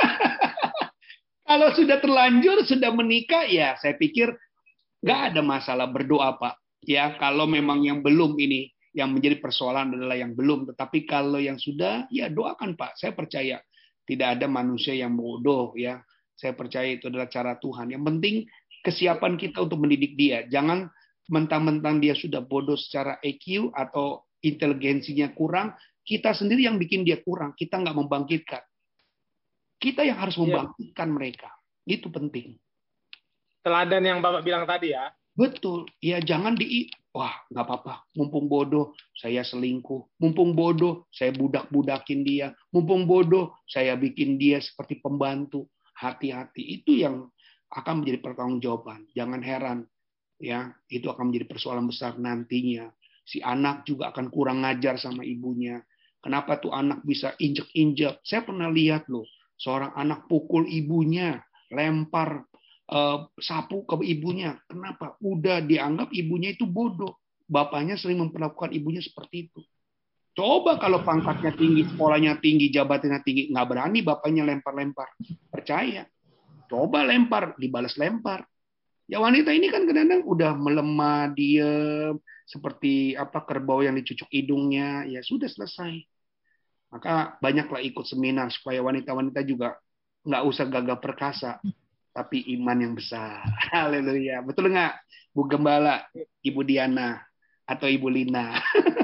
Kalau sudah terlanjur, sudah menikah, ya saya pikir nggak ada masalah berdoa, Pak. Ya, kalau memang yang belum ini, yang menjadi persoalan adalah yang belum. Tetapi kalau yang sudah, ya doakan, Pak. Saya percaya tidak ada manusia yang bodoh, ya. Saya percaya itu adalah cara Tuhan. Yang penting kesiapan kita untuk mendidik dia. Jangan mentang-mentang dia sudah bodoh secara EQ atau inteligensinya kurang, kita sendiri yang bikin dia kurang. Kita nggak membangkitkan. Kita yang harus membangkitkan mereka. Itu penting. Teladan yang Bapak bilang tadi ya. Betul. Ya jangan wah nggak apa-apa. Mumpung bodoh, saya selingkuh. Mumpung bodoh, saya budak-budakin dia. Mumpung bodoh, saya bikin dia seperti pembantu. Hati-hati. Itu yang akan menjadi pertanggungjawaban. Jangan heran. Ya, itu akan menjadi persoalan besar nantinya. Si anak juga akan kurang ngajar sama ibunya. Kenapa tuh anak bisa injek-injek? Saya pernah lihat loh, seorang anak pukul ibunya, lempar sapu ke ibunya. Kenapa? Udah dianggap ibunya itu bodoh. Bapaknya sering memperlakukan ibunya seperti itu. Coba kalau pangkatnya tinggi, sekolahnya tinggi, jabatannya tinggi, nggak berani bapaknya lempar-lempar. Percaya. Coba lempar, dibalas lempar. Ya wanita ini kan kadang-kadang udah melemah, diem, seperti apa kerbau yang dicucuk hidungnya, ya sudah selesai. Maka banyaklah ikut seminar supaya wanita-wanita juga nggak usah gagah perkasa, tapi iman yang besar. Haleluya. Betul nggak, Bu Gembala, Ibu Diana, atau Ibu Lina?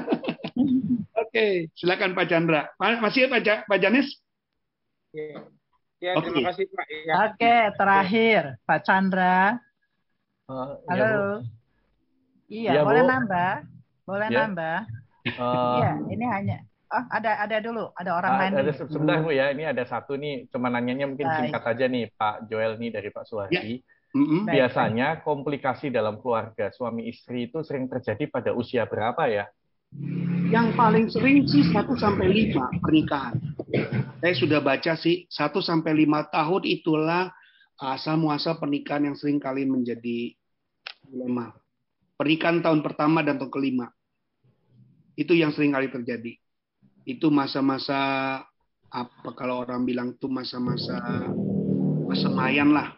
Oke, silakan Pak Chandra. Masih ya Pak Janes? Ya, terima kasih Pak. Ya. Oke, terakhir Pak Chandra. Ya, Bu. Halo. Iya, Iya, boleh Bu. nambah? Boleh Ya. nambah? Eh, Iya, ini hanya ada dulu, ada orang lain ada dulu. sebentar Bu ya, ini ada satu nih, cuma nanyanya mungkin Baik. singkat aja nih Pak Joel nih dari Pak Suwardi. Mm-mm. Baik. Biasanya komplikasi dalam keluarga suami istri itu sering terjadi pada usia berapa ya? Yang paling sering sih 1-5 pernikahan. Saya sudah baca sih 1-5 tahun itulah asal muasal pernikahan yang sering kali menjadi dilema. Pernikahan tahun pertama dan tahun kelima. Itu yang sering kali terjadi. Itu masa-masa apa kalau orang bilang itu masa-masa persemaian lah.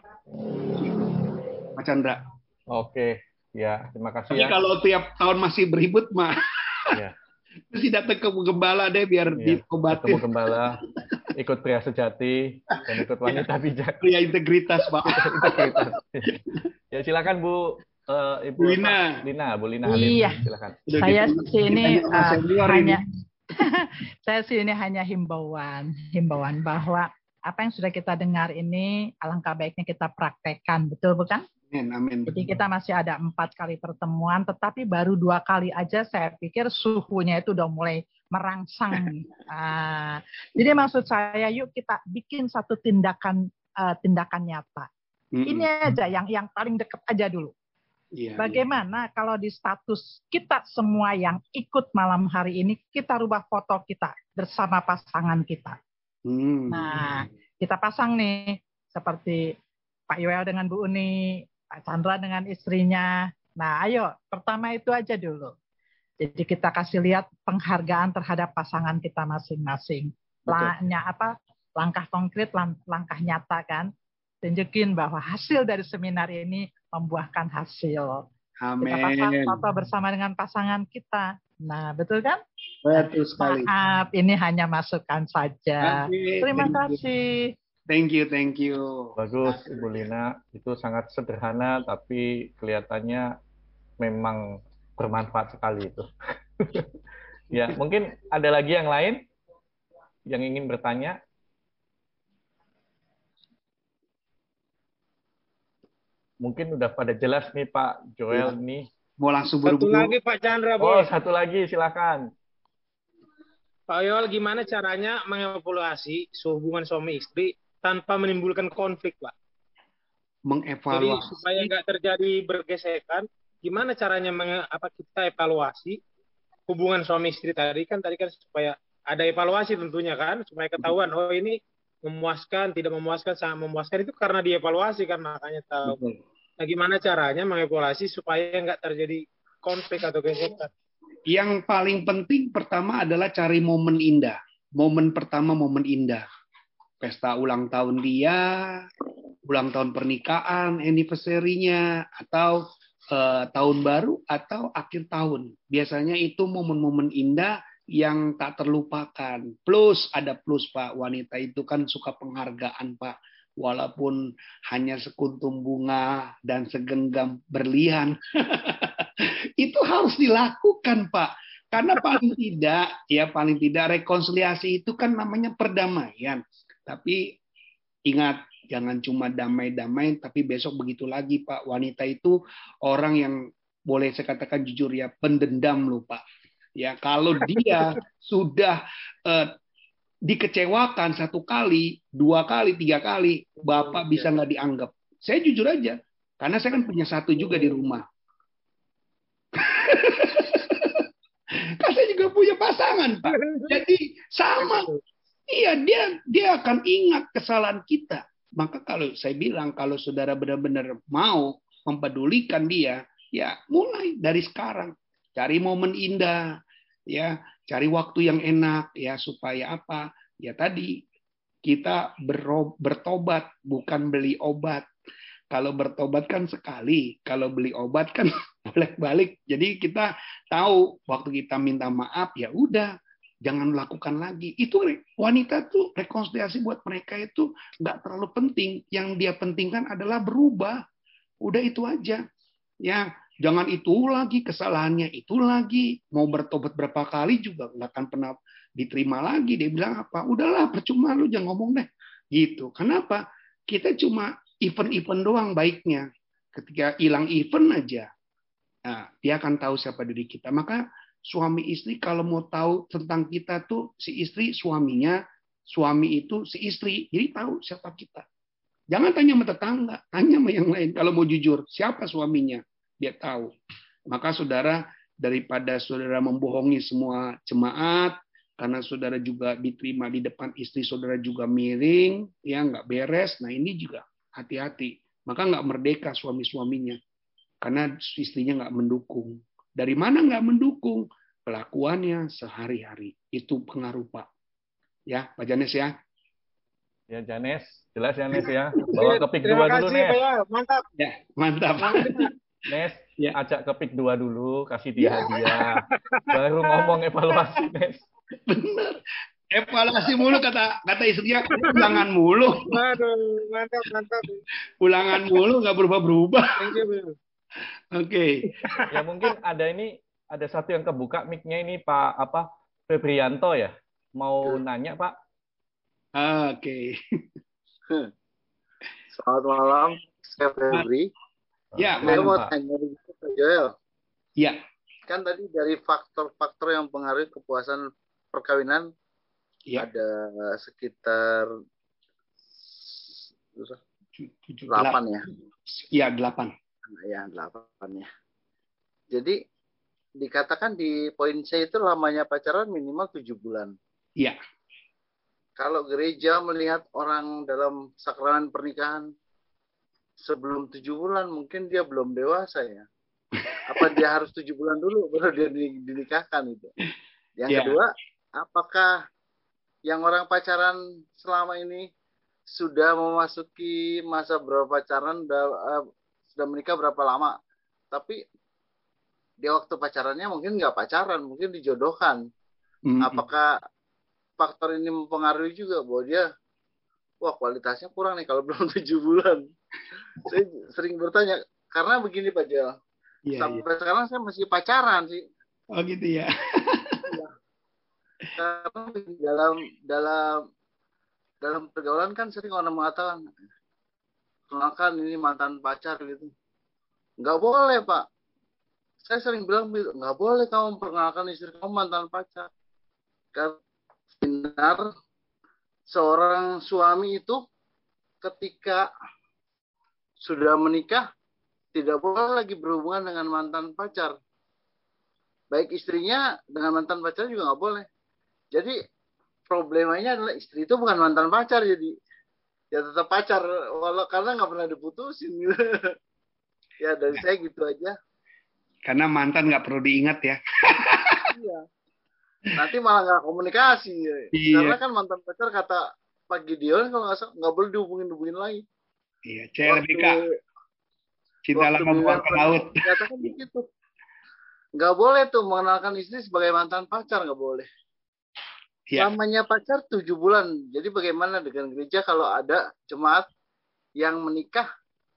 Pak Chandra. Oke, ya terima kasih Tapi ya. kalau tiap tahun masih beribut mah Ya. mesti datang ke gembala deh biar Iya, diobatin. ketemu gembala, ikut pria sejati, dan ikut wanita bijak. Pria integritas, Pak. Integritas. Ya silakan Bu, Ibu Bu Lina. Bu Lina Halim, Iya. silakan. Udah Saya gitu, sini kita orang senior ini. hanya saya sini hanya himbauan bahwa apa yang sudah kita dengar ini alangkah baiknya kita praktekkan, betul bukan? Amin, amin. Jadi kita masih ada 4 kali pertemuan, tetapi baru 2 kali aja saya pikir suhunya itu udah mulai merangsang. Jadi maksud saya, yuk kita bikin satu tindakan nyata. Ini aja yang paling dekat aja dulu. Iya, Bagaimana kalau di status kita semua yang ikut malam hari ini, kita rubah foto kita bersama pasangan kita. Nah, kita pasang nih, seperti Pak Yoel dengan Bu Uni, Pak Chandra dengan istrinya. Nah, ayo, pertama itu aja dulu. Jadi kita kasih lihat penghargaan terhadap pasangan kita masing-masing. Langkah konkret, langkah nyata kan. Tunjukin bahwa hasil dari seminar ini membuahkan hasil. Amin. Kita pasang foto bersama dengan pasangan kita. Nah, betul kan? Betul sekali. Maaf, ini hanya masukan saja. Oke, Terima thank you. kasih. Thank you. Bagus Ibu Lina, itu sangat sederhana tapi kelihatannya memang bermanfaat sekali itu. Ya, mungkin ada lagi yang lain yang ingin bertanya? Mungkin udah pada jelas nih Pak Joel nih. Mau langsung Satu buru-buru. lagi Pak Chandra, Oh, boleh? satu lagi silakan. Pak Yoel, gimana caranya mengevaluasi hubungan suami istri tanpa menimbulkan konflik, Pak? Jadi Mengevaluasi. supaya nggak terjadi bergesekan, gimana caranya kita evaluasi hubungan suami istri tadi kan supaya ada evaluasi tentunya kan, supaya ketahuan oh ini memuaskan, tidak memuaskan, sangat memuaskan itu karena dievaluasi kan makanya tahu. Betul. Nah, gimana caranya mengevaluasi supaya nggak terjadi konflik atau gesekan? Yang paling penting pertama adalah cari momen indah. Momen pertama, momen indah. Pesta ulang tahun dia, ulang tahun pernikahan, anniversary-nya, atau tahun baru, atau akhir tahun. Biasanya itu momen-momen indah yang tak terlupakan. Plus, ada plus Pak, wanita itu kan suka penghargaan Pak. Walaupun hanya sekuntum bunga dan segenggam berlian. Itu harus dilakukan Pak. Karena paling tidak rekonsiliasi itu kan namanya perdamaian. Tapi ingat, jangan cuma damai-damai, tapi besok begitu lagi Pak. Wanita itu orang yang boleh saya katakan jujur ya, pendendam loh Pak. Ya, kalau dia sudah dikecewakan 1 kali, 2 kali, 3 kali, Bapak bisa nggak dianggap. Saya jujur aja, karena saya kan punya 1 juga di rumah. Kan saya juga punya pasangan, Pak. Jadi sama. Iya, dia akan ingat kesalahan kita. Maka kalau saya bilang, kalau saudara benar-benar mau mempedulikan dia, ya mulai dari sekarang. Cari momen indah, ya, cari waktu yang enak, ya, supaya apa? Ya tadi, kita bertobat, bukan beli obat. Kalau bertobat kan sekali, kalau beli obat kan balik-balik. Jadi kita tahu waktu kita minta maaf, ya udah, jangan lakukan lagi. Itu wanita tuh rekonsiliasi buat mereka itu nggak terlalu penting. Yang dia pentingkan adalah berubah. Udah itu aja. Ya, jangan itu lagi kesalahannya, itu lagi. Mau bertobat berapa kali juga nggak akan pernah diterima lagi. Dia bilang apa? Udahlah, percuma lu jangan ngomong deh. Gitu. Kenapa? Kita cuma event-event doang baiknya. Ketika hilang event aja, nah, dia akan tahu siapa diri kita. Maka suami istri kalau mau tahu tentang kita tuh si istri suaminya, suami itu si istri. Jadi tahu siapa kita. Jangan tanya sama tetangga, tanya sama yang lain. Kalau mau jujur, siapa suaminya? Dia tahu. Maka saudara, daripada saudara membohongi semua jemaat, karena saudara juga diterima di depan istri saudara juga miring, ya nggak beres. Nah ini juga hati-hati. Maka nggak merdeka suami-suaminya, karena istrinya nggak mendukung. Dari mana nggak mendukung? Kelakuannya sehari-hari. Itu pengaruh, Pak. Ya, Pak Janes ya. Ya, Janes. Jelas ya, Nes ya. Bawa ke PIK 2 dulu, Nes. Pak ya, mantap. Ya, mantap. Nes, ya. Ajak ke PIK 2 dulu, kasih dia hadiah. Baru ngomong evaluasi, Nes. Benar. Evaluasi mulu kata istrinya, ulangan mulu. Waduh, mantap. Ulangan mulu nggak berubah-berubah. Oke. Ya mungkin ada satu yang kebuka mic-nya ini Pak Febrianto ya. Mau nanya, Pak? Oke. Selamat malam, saya Febri. Ya, saya mau tanya dulu Pak Joel. Ya. Kan tadi dari faktor-faktor yang mempengaruhi kepuasan perkawinan ya. Ada sekitar 8 ya? Iya, 8. Ya, 8 ya. Jadi dikatakan di poin C itu lamanya pacaran minimal 7 bulan. Iya. Kalau gereja melihat orang dalam sakramen pernikahan sebelum 7 bulan, mungkin dia belum dewasa ya. Apa dia harus 7 bulan dulu baru dia dinikahkan itu? Yang kedua, apakah yang orang pacaran selama ini sudah memasuki masa berapa pacaran, sudah menikah berapa lama? Tapi di waktu pacarannya mungkin nggak pacaran, mungkin dijodohkan. Apakah faktor ini mempengaruhi juga bahwa dia, wah kualitasnya kurang nih kalau belum 7 bulan. Saya sering bertanya, karena begini Pak Joel. Sampai sekarang saya masih pacaran sih. Oh gitu ya. Karena dalam pergaulan kan sering orang mengatakan, kenalkan ini mantan pacar gitu. Nggak boleh Pak. Saya sering bilang, nggak boleh kamu memperkenalkan istri kamu mantan pacar. Karena benar seorang suami itu ketika sudah menikah tidak boleh lagi berhubungan dengan mantan pacar. Baik istrinya dengan mantan pacar juga nggak boleh. Jadi problemanya adalah istri itu bukan mantan pacar, jadi ya tetap pacar walau karena nggak pernah diputusin. Ya dari saya gitu aja. Karena mantan nggak perlu diingat ya. Iya. Nanti malah nggak komunikasi. Iya. Karena kan mantan pacar kata Pak Gideon kalau nggak boleh dihubungin lagi. Iya, CLBK. Cinta lama buang ke laut. Katakan begitu. Nggak boleh tuh mengenalkan istri sebagai mantan pacar, nggak boleh. Ya. Namanya pacar 7 bulan. Jadi bagaimana dengan gereja kalau ada jemaat yang menikah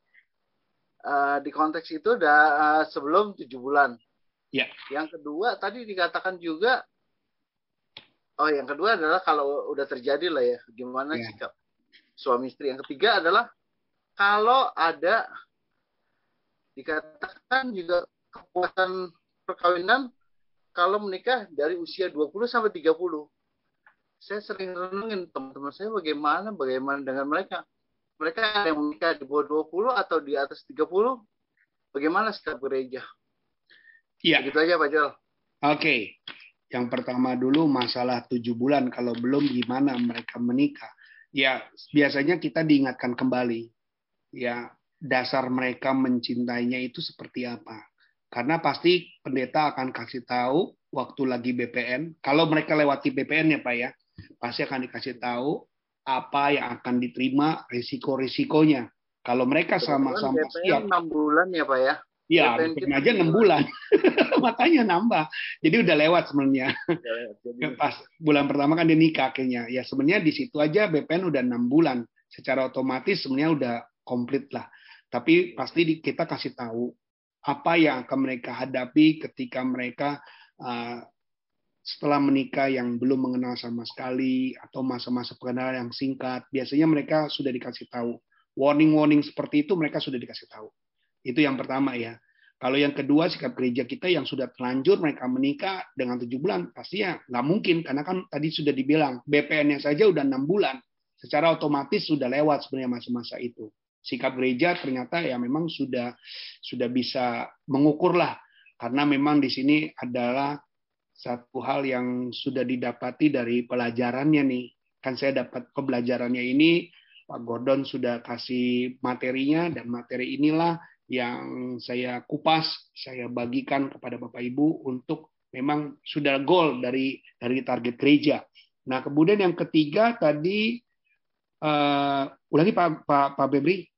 di konteks itu sebelum 7 bulan. Ya. Yang kedua tadi dikatakan juga, yang kedua adalah kalau udah terjadi lah ya, gimana sikap suami istri. Yang ketiga adalah kalau ada dikatakan juga kepuasan perkawinan kalau menikah dari usia 20 sampai 30. Saya sering renungin teman-teman saya bagaimana dengan mereka. Mereka yang menikah di bawah 20 atau di atas 30, bagaimana sikap gereja? Iya. Begitu aja Pak Joel. Oke. Yang pertama dulu masalah 7 bulan, kalau belum gimana mereka menikah. Ya, biasanya kita diingatkan kembali. Ya, dasar mereka mencintainya itu seperti apa. Karena pasti pendeta akan kasih tahu waktu lagi BPN. Kalau mereka lewati BPN ya Pak ya, pasti akan dikasih tahu apa yang akan diterima, risiko-risikonya. Kalau mereka sama-sama siap. 6 bulan ya Pak ya? Iya, BPN aja 6 bulan. Makanya nambah. Jadi udah lewat sebenarnya. Pas bulan pertama kan dia nikah akhirnya. Ya sebenarnya di situ aja BPN udah 6 bulan. Secara otomatis sebenarnya udah komplit lah. Tapi pasti kita kasih tahu apa yang akan mereka hadapi ketika mereka setelah menikah yang belum mengenal sama sekali atau masa-masa pengenalan yang singkat. Biasanya mereka sudah dikasih tahu. Warning-warning seperti itu mereka sudah dikasih tahu. Itu yang pertama ya. Kalau yang kedua, sikap gereja kita yang sudah terlanjur mereka menikah dengan 7 bulan, pastinya nggak mungkin. Karena kan tadi sudah dibilang, BPN-nya saja udah 6 bulan. Secara otomatis sudah lewat sebenarnya masa-masa itu. Sikap gereja ternyata ya memang sudah bisa mengukur lah. Karena memang di sini adalah satu hal yang sudah didapati dari pelajarannya nih. Kan saya dapat pembelajarannya ini, Pak Gordon sudah kasih materinya, dan materi inilah yang saya kupas, saya bagikan kepada Bapak Ibu untuk memang sudah goal dari target gereja. Nah, kemudian yang ketiga tadi ulangi Pak Febri.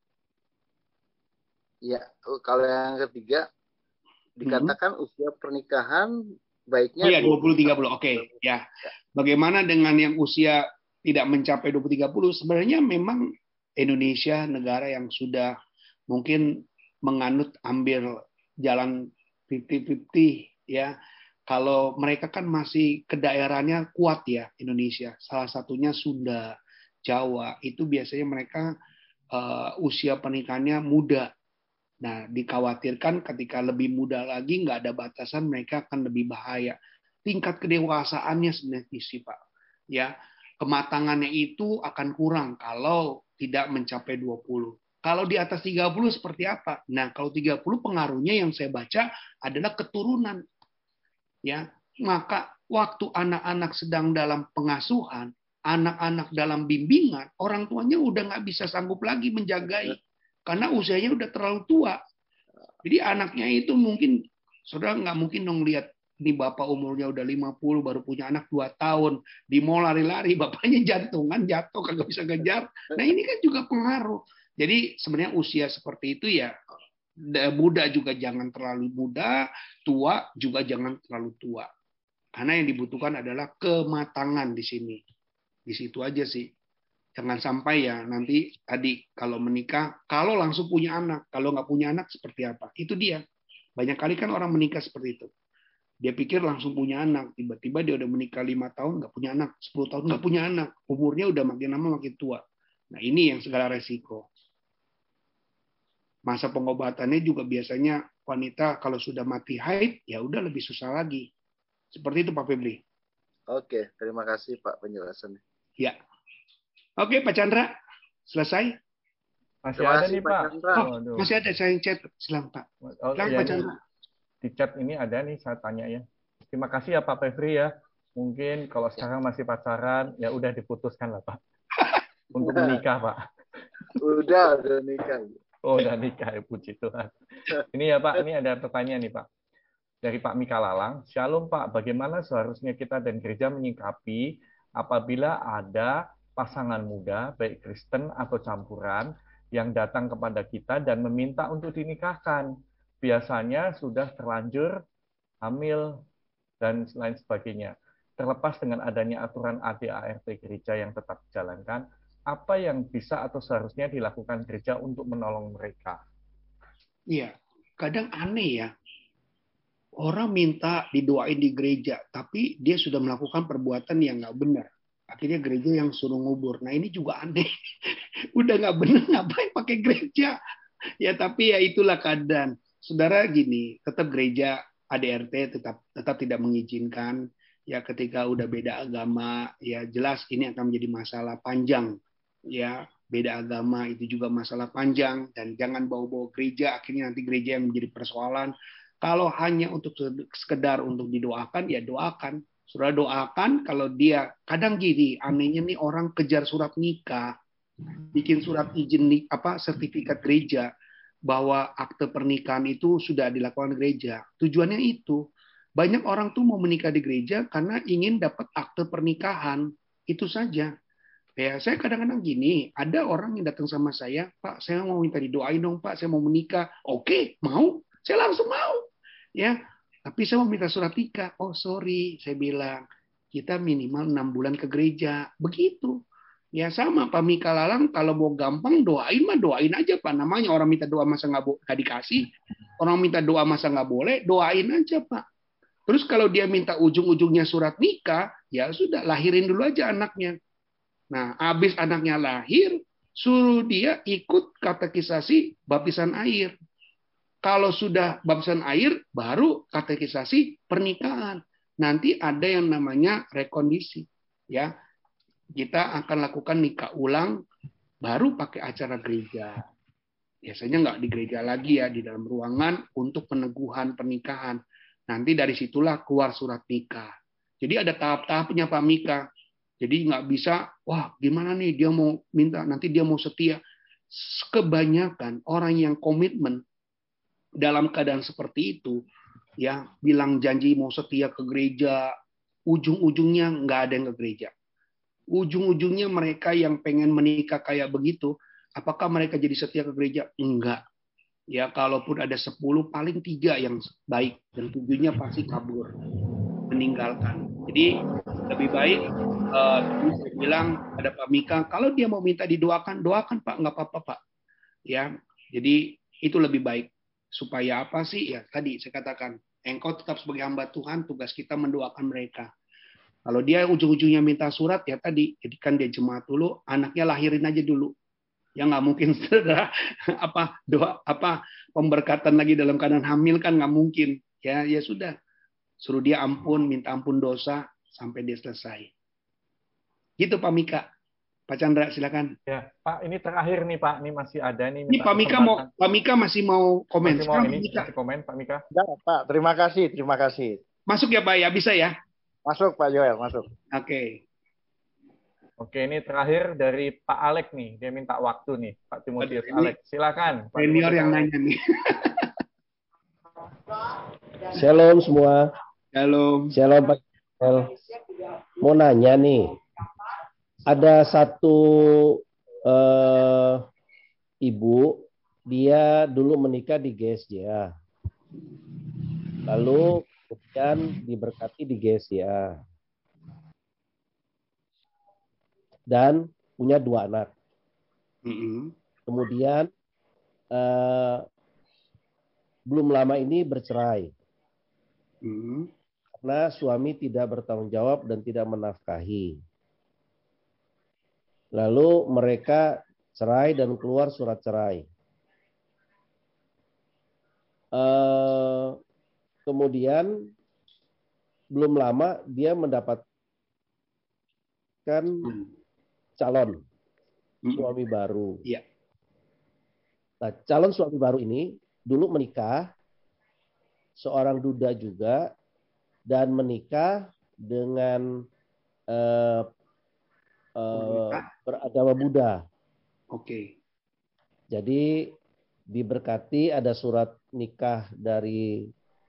Ya, kalau yang ketiga dikatakan usia pernikahan baiknya 20-30. Oke, ya. Bagaimana dengan yang usia tidak mencapai 20-30? Sebenarnya memang Indonesia negara yang sudah mungkin menganut ambil jalan 50-50 ya. Kalau mereka kan masih ke daerahnya kuat ya Indonesia. Salah satunya Sunda, Jawa. Itu biasanya mereka usia pernikahannya muda. Nah, dikhawatirkan ketika lebih muda lagi nggak ada batasan, mereka akan lebih bahaya. Tingkat kedewasaannya sebenarnya sih Pak. Ya, kematangannya itu akan kurang kalau tidak mencapai 20. Kalau di atas 30 seperti apa? Nah, kalau 30 pengaruhnya yang saya baca adalah keturunan. Ya, maka waktu anak-anak sedang dalam pengasuhan, anak-anak dalam bimbingan, orang tuanya udah nggak bisa sanggup lagi menjagai karena usianya udah terlalu tua. Jadi anaknya itu mungkin, saudara nggak mungkin dong lihat ini bapak umurnya udah 50 baru punya anak 2 tahun, di mall lari-lari, bapaknya jantungan jatuh kagak bisa ngejar. Nah, ini kan juga pengaruh. Jadi sebenarnya usia seperti itu ya, muda juga jangan terlalu muda, tua juga jangan terlalu tua. Karena yang dibutuhkan adalah kematangan di sini. Di situ aja sih. Jangan sampai ya nanti tadi kalau menikah, kalau langsung punya anak, kalau nggak punya anak seperti apa? Itu dia. Banyak kali kan orang menikah seperti itu. Dia pikir langsung punya anak, tiba-tiba dia udah menikah 5 tahun nggak punya anak, 10 tahun nggak punya anak, umurnya udah makin lama makin tua. Nah, ini yang segala resiko. Masa pengobatannya juga biasanya wanita kalau sudah mati haid, ya udah lebih susah lagi. Seperti itu Pak Febri. Oke, terima kasih Pak penjelasannya. Ya. Oke Pak Chandra, selesai? Masih ada nih Pak. Masih ada, saya chat. Silakan Pak. Silakan Pak Chandra. Di chat ini ada nih saya tanya ya. Terima kasih ya Pak Febri ya. Mungkin kalau sekarang masih pacaran, ya udah diputuskan lah Pak. Untuk menikah Pak. Udah nikah. Oh, udah nikah, puji Tuhan. Ini ya Pak, ini ada pertanyaan nih Pak. Dari Pak Mika Lalang, Shalom Pak, bagaimana seharusnya kita dan gereja menyikapi apabila ada pasangan muda, baik Kristen atau campuran, yang datang kepada kita dan meminta untuk dinikahkan. Biasanya sudah terlanjur hamil dan lain sebagainya. Terlepas dengan adanya aturan ADART gereja yang tetap dijalankan, apa yang bisa atau seharusnya dilakukan gereja untuk menolong mereka? Iya, kadang aneh ya. Orang minta didoain di gereja, tapi dia sudah melakukan perbuatan yang nggak benar. Akhirnya gereja yang suruh ngubur. Nah, ini juga aneh. Udah nggak benar, ngapain pakai gereja? Ya, tapi ya itulah keadaan. Saudara gini, tetap gereja ADRT tetap tidak mengizinkan. Ya, ketika udah beda agama, ya jelas ini akan menjadi masalah panjang. Ya, beda agama itu juga masalah panjang, dan jangan bawa-bawa gereja, akhirnya nanti gereja yang menjadi persoalan. Kalau hanya untuk sekedar untuk didoakan, ya doakan. Saudara doakan, kalau dia kadang gini, anehnya nih orang kejar surat nikah, bikin surat izin sertifikat gereja bahwa akte pernikahan itu sudah dilakukan gereja. Tujuannya itu banyak orang tuh mau menikah di gereja karena ingin dapat akte pernikahan, itu saja. Ya, saya kadang-kadang gini, ada orang yang datang sama saya, Pak, saya mau minta didoain dong, Pak, saya mau menikah. Oke, mau? Saya langsung mau. Ya, tapi saya mau minta surat nikah. Oh, sorry, saya bilang, kita minimal 6 bulan ke gereja. Begitu. Ya sama Pak Mika Lalang, kalau mau gampang doain mah doain aja Pak. Namanya orang minta doa masa nggak dikasih. Orang minta doa masa nggak boleh, doain aja Pak. Terus kalau dia minta ujung-ujungnya surat nikah, ya sudah, lahirin dulu aja anaknya. Nah, habis anaknya lahir, suruh dia ikut katekisasi baptisan air. Kalau sudah baptisan air, baru katekisasi pernikahan. Nanti ada yang namanya rekondisi. Ya, kita akan lakukan nikah ulang, baru pakai acara gereja. Biasanya nggak di gereja lagi ya, di dalam ruangan untuk peneguhan pernikahan. Nanti dari situlah keluar surat nikah. Jadi ada tahap-tahapnya Pak Mika. Jadi nggak bisa, wah gimana nih dia mau minta, nanti dia mau setia. Kebanyakan orang yang komitmen dalam keadaan seperti itu, ya bilang janji mau setia ke gereja, ujung-ujungnya nggak ada yang ke gereja. Ujung-ujungnya mereka yang pengen menikah kayak begitu, apakah mereka jadi setia ke gereja? Enggak. Ya kalaupun ada 10, paling 3 yang baik, dan 7-nya pasti kabur, meninggalkan. Jadi lebih baik, saya bilang pada Pak Mika, kalau dia mau minta didoakan, doakan Pak, nggak apa-apa Pak. Ya, jadi itu lebih baik. Supaya apa sih? Ya tadi saya katakan, engkau tetap sebagai hamba Tuhan, tugas kita mendoakan mereka. Kalau dia ujung-ujungnya minta surat, ya tadi, jadikan dia jemaat dulu, anaknya lahirin aja dulu. Ya nggak mungkin saudara pemberkatan lagi dalam keadaan hamil kan nggak mungkin. Ya sudah, suruh dia ampun, minta ampun dosa sampai dia selesai. Gitu Pak Mika. Pak Chandra, silakan. Ya, Pak, ini terakhir nih Pak, ini masih ada nih. Ini Pak Mika masih mau komen. Masih mau masih komen Pak Mika? Ya, Pak, terima kasih. Masuk ya Pak ya, bisa ya? Masuk Pak Joel, masuk. Oke. Oke, ini terakhir dari Pak Alex nih, dia minta waktu nih, Pak Timotius Alex. Silakan. Senior yang nanya nih. Shalom semua. Shalom Pak Joel. Mau nanya nih. Ada satu ibu, dia dulu menikah di GSJA. Lalu kemudian diberkati di GSJA. Dan punya 2 anak. Kemudian belum lama ini bercerai. Karena suami tidak bertanggung jawab dan tidak menafkahi. Lalu mereka cerai dan keluar surat cerai. Kemudian belum lama dia mendapatkan calon suami baru. Iya. Nah, calon suami baru ini dulu menikah, seorang duda juga, dan menikah dengan beragama Buddha. Oke. Jadi diberkati, ada surat nikah dari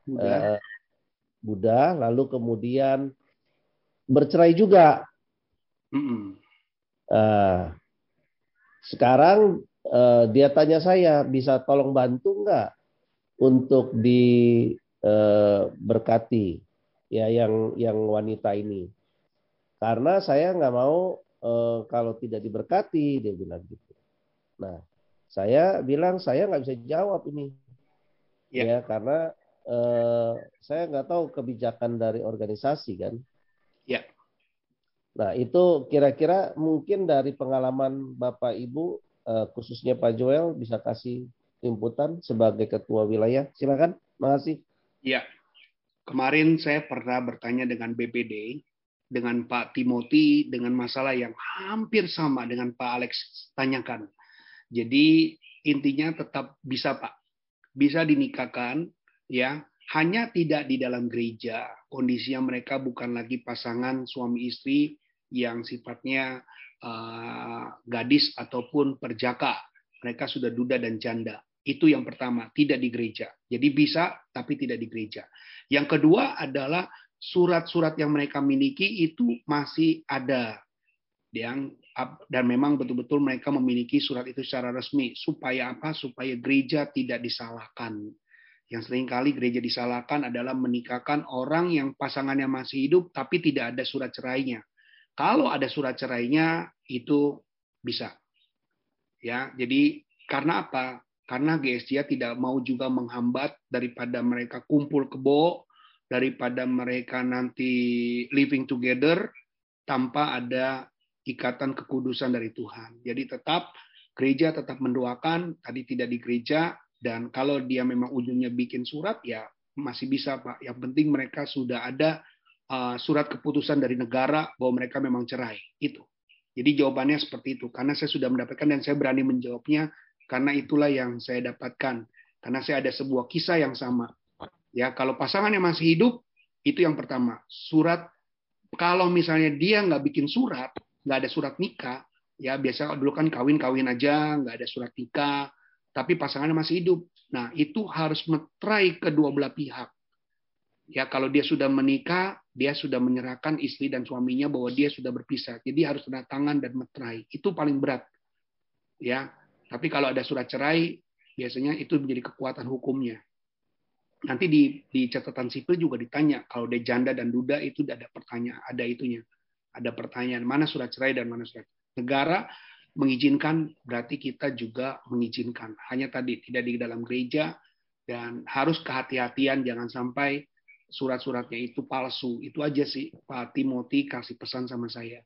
Buddha, lalu kemudian bercerai juga. Sekarang dia tanya saya, bisa tolong bantu nggak untuk diberkati ya yang wanita ini? Karena saya nggak mau kalau tidak diberkati, dia bilang gitu. Nah, saya bilang saya nggak bisa jawab ini, ya karena saya nggak tahu kebijakan dari organisasi kan. Ya. Nah, itu kira-kira mungkin dari pengalaman Bapak Ibu, khususnya Pak Joel, bisa kasih inputan sebagai ketua wilayah. Silakan, makasih. Ya, kemarin saya pernah bertanya dengan BPD, dengan Pak Timothy, dengan masalah yang hampir sama dengan Pak Alex tanyakan. Jadi intinya tetap bisa Pak, bisa dinikahkan, ya, hanya tidak di dalam gereja. Kondisinya mereka bukan lagi pasangan suami istri yang sifatnya gadis ataupun perjaka. Mereka sudah duda dan janda. Itu yang pertama, tidak di gereja. Jadi bisa, tapi tidak di gereja. Yang kedua adalah surat-surat yang mereka miliki itu masih ada. Dan memang betul-betul mereka memiliki surat itu secara resmi. Supaya apa? Supaya gereja tidak disalahkan. Yang seringkali gereja disalahkan adalah menikahkan orang yang pasangannya masih hidup, tapi tidak ada surat cerainya. Kalau ada surat cerainya, itu bisa. Ya, jadi karena apa? Karena GSJA tidak mau juga menghambat daripada mereka kumpul kebo, daripada mereka nanti living together tanpa ada ikatan kekudusan dari Tuhan. Jadi tetap gereja tetap mendoakan, tadi tidak di gereja, Dan kalau dia memang ujungnya bikin surat, ya masih bisa, Pak. Yang penting mereka sudah ada surat keputusan dari negara bahwa mereka memang cerai. Itu. Jadi jawabannya seperti itu. Karena saya sudah mendapatkan dan saya berani menjawabnya, karena itulah yang saya dapatkan. Karena saya ada sebuah kisah yang sama. Ya, kalau pasangannya masih hidup, itu yang pertama. Surat, kalau misalnya dia nggak bikin surat, nggak ada surat nikah, ya biasa dulu kan kawin-kawin aja, nggak ada surat nikah, tapi pasangannya masih hidup. Nah, itu harus meterai kedua belah pihak. Ya, kalau dia sudah menikah, dia sudah menyerahkan istri dan suaminya bahwa dia sudah berpisah. Jadi harus tanda tangan dan meterai. Itu paling berat. Ya, tapi kalau ada surat cerai, biasanya itu menjadi kekuatan hukumnya. Nanti di catatan sipil juga ditanya, kalau dia janda dan duda itu ada pertanyaan, ada itunya. Ada pertanyaan, mana surat cerai dan mana surat. Negara mengizinkan, berarti kita juga mengizinkan. Hanya tadi tidak di dalam gereja, dan harus kehati-hatian, jangan sampai surat-suratnya itu palsu. Itu aja sih Pak Timothy kasih pesan sama saya.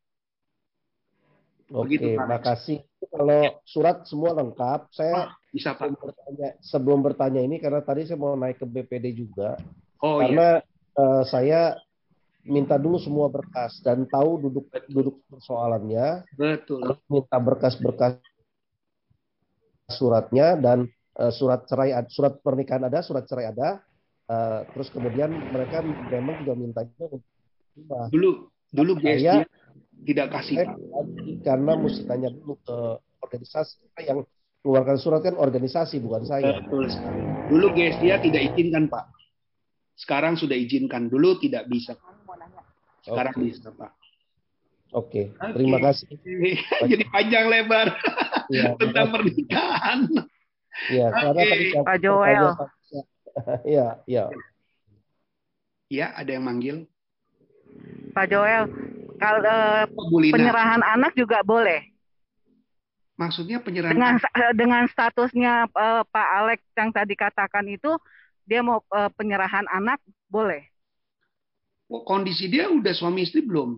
Oke, makasih. Kalau surat semua lengkap, saya bisa Pak. Sebelum bertanya ini, karena tadi saya mau naik ke BPD juga, karena saya minta dulu semua berkas dan tahu duduk persoalannya. Betul. Terus minta berkas-berkas suratnya dan surat cerai, surat pernikahan ada, surat cerai ada. Terus kemudian mereka memang juga mintanya dulu saya tidak kasih karena mesti tanya dulu ke organisasi yang mengeluarkan surat, kan organisasi bukan saya. Betul sekali. Dulu GSDA tidak izinkan Pak. Sekarang sudah izinkan. Dulu tidak bisa. Sekarang bisa Pak. Oke. Terima kasih. Jadi panjang lebar ya, tentang pernikahan. Ya, karena tadi Pak Joel. Iya, iya. Iya, ada yang manggil. Pak Joel, kalau penyerahan anak juga boleh. Maksudnya penyerahan dengan statusnya Pak Alex yang tadi katakan itu, dia mau penyerahan anak boleh. Kondisi dia udah suami istri belum?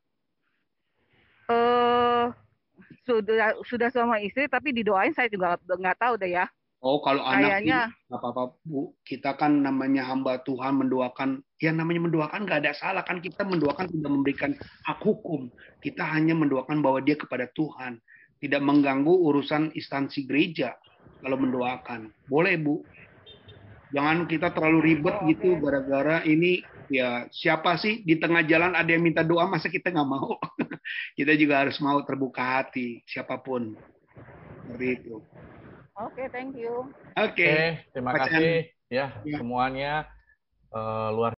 Sudah suami istri, tapi didoain saya juga nggak tahu deh ya. Oh, kalau kayaknya anak apa-apa Bu, kita kan namanya hamba Tuhan mendoakan, ya namanya mendoakan nggak ada salah kan, kita mendoakan tidak memberikan hak hukum, kita hanya mendoakan bahwa dia kepada Tuhan, tidak mengganggu urusan instansi gereja kalau mendoakan. Boleh Bu, jangan kita terlalu ribet gitu gara-gara ini ya siapa sih di tengah jalan ada yang minta doa masa kita nggak mau? Kita juga harus mau terbuka hati siapapun seperti itu. Oke, thank you. Oke, terima kasih ya semuanya luar.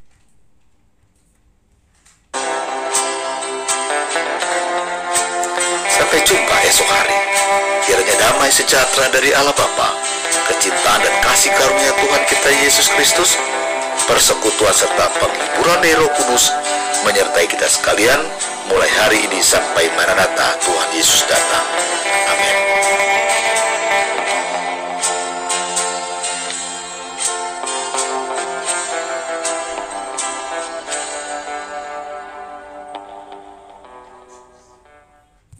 Sampai jumpa esok hari. Kiranya damai sejahtera dari Allah Bapa, kecintaan dan kasih karunia Tuhan kita Yesus Kristus, persekutuan serta penghiburan dari Roh Kudus menyertai kita sekalian mulai hari ini sampai Maranatha Tuhan Yesus datang.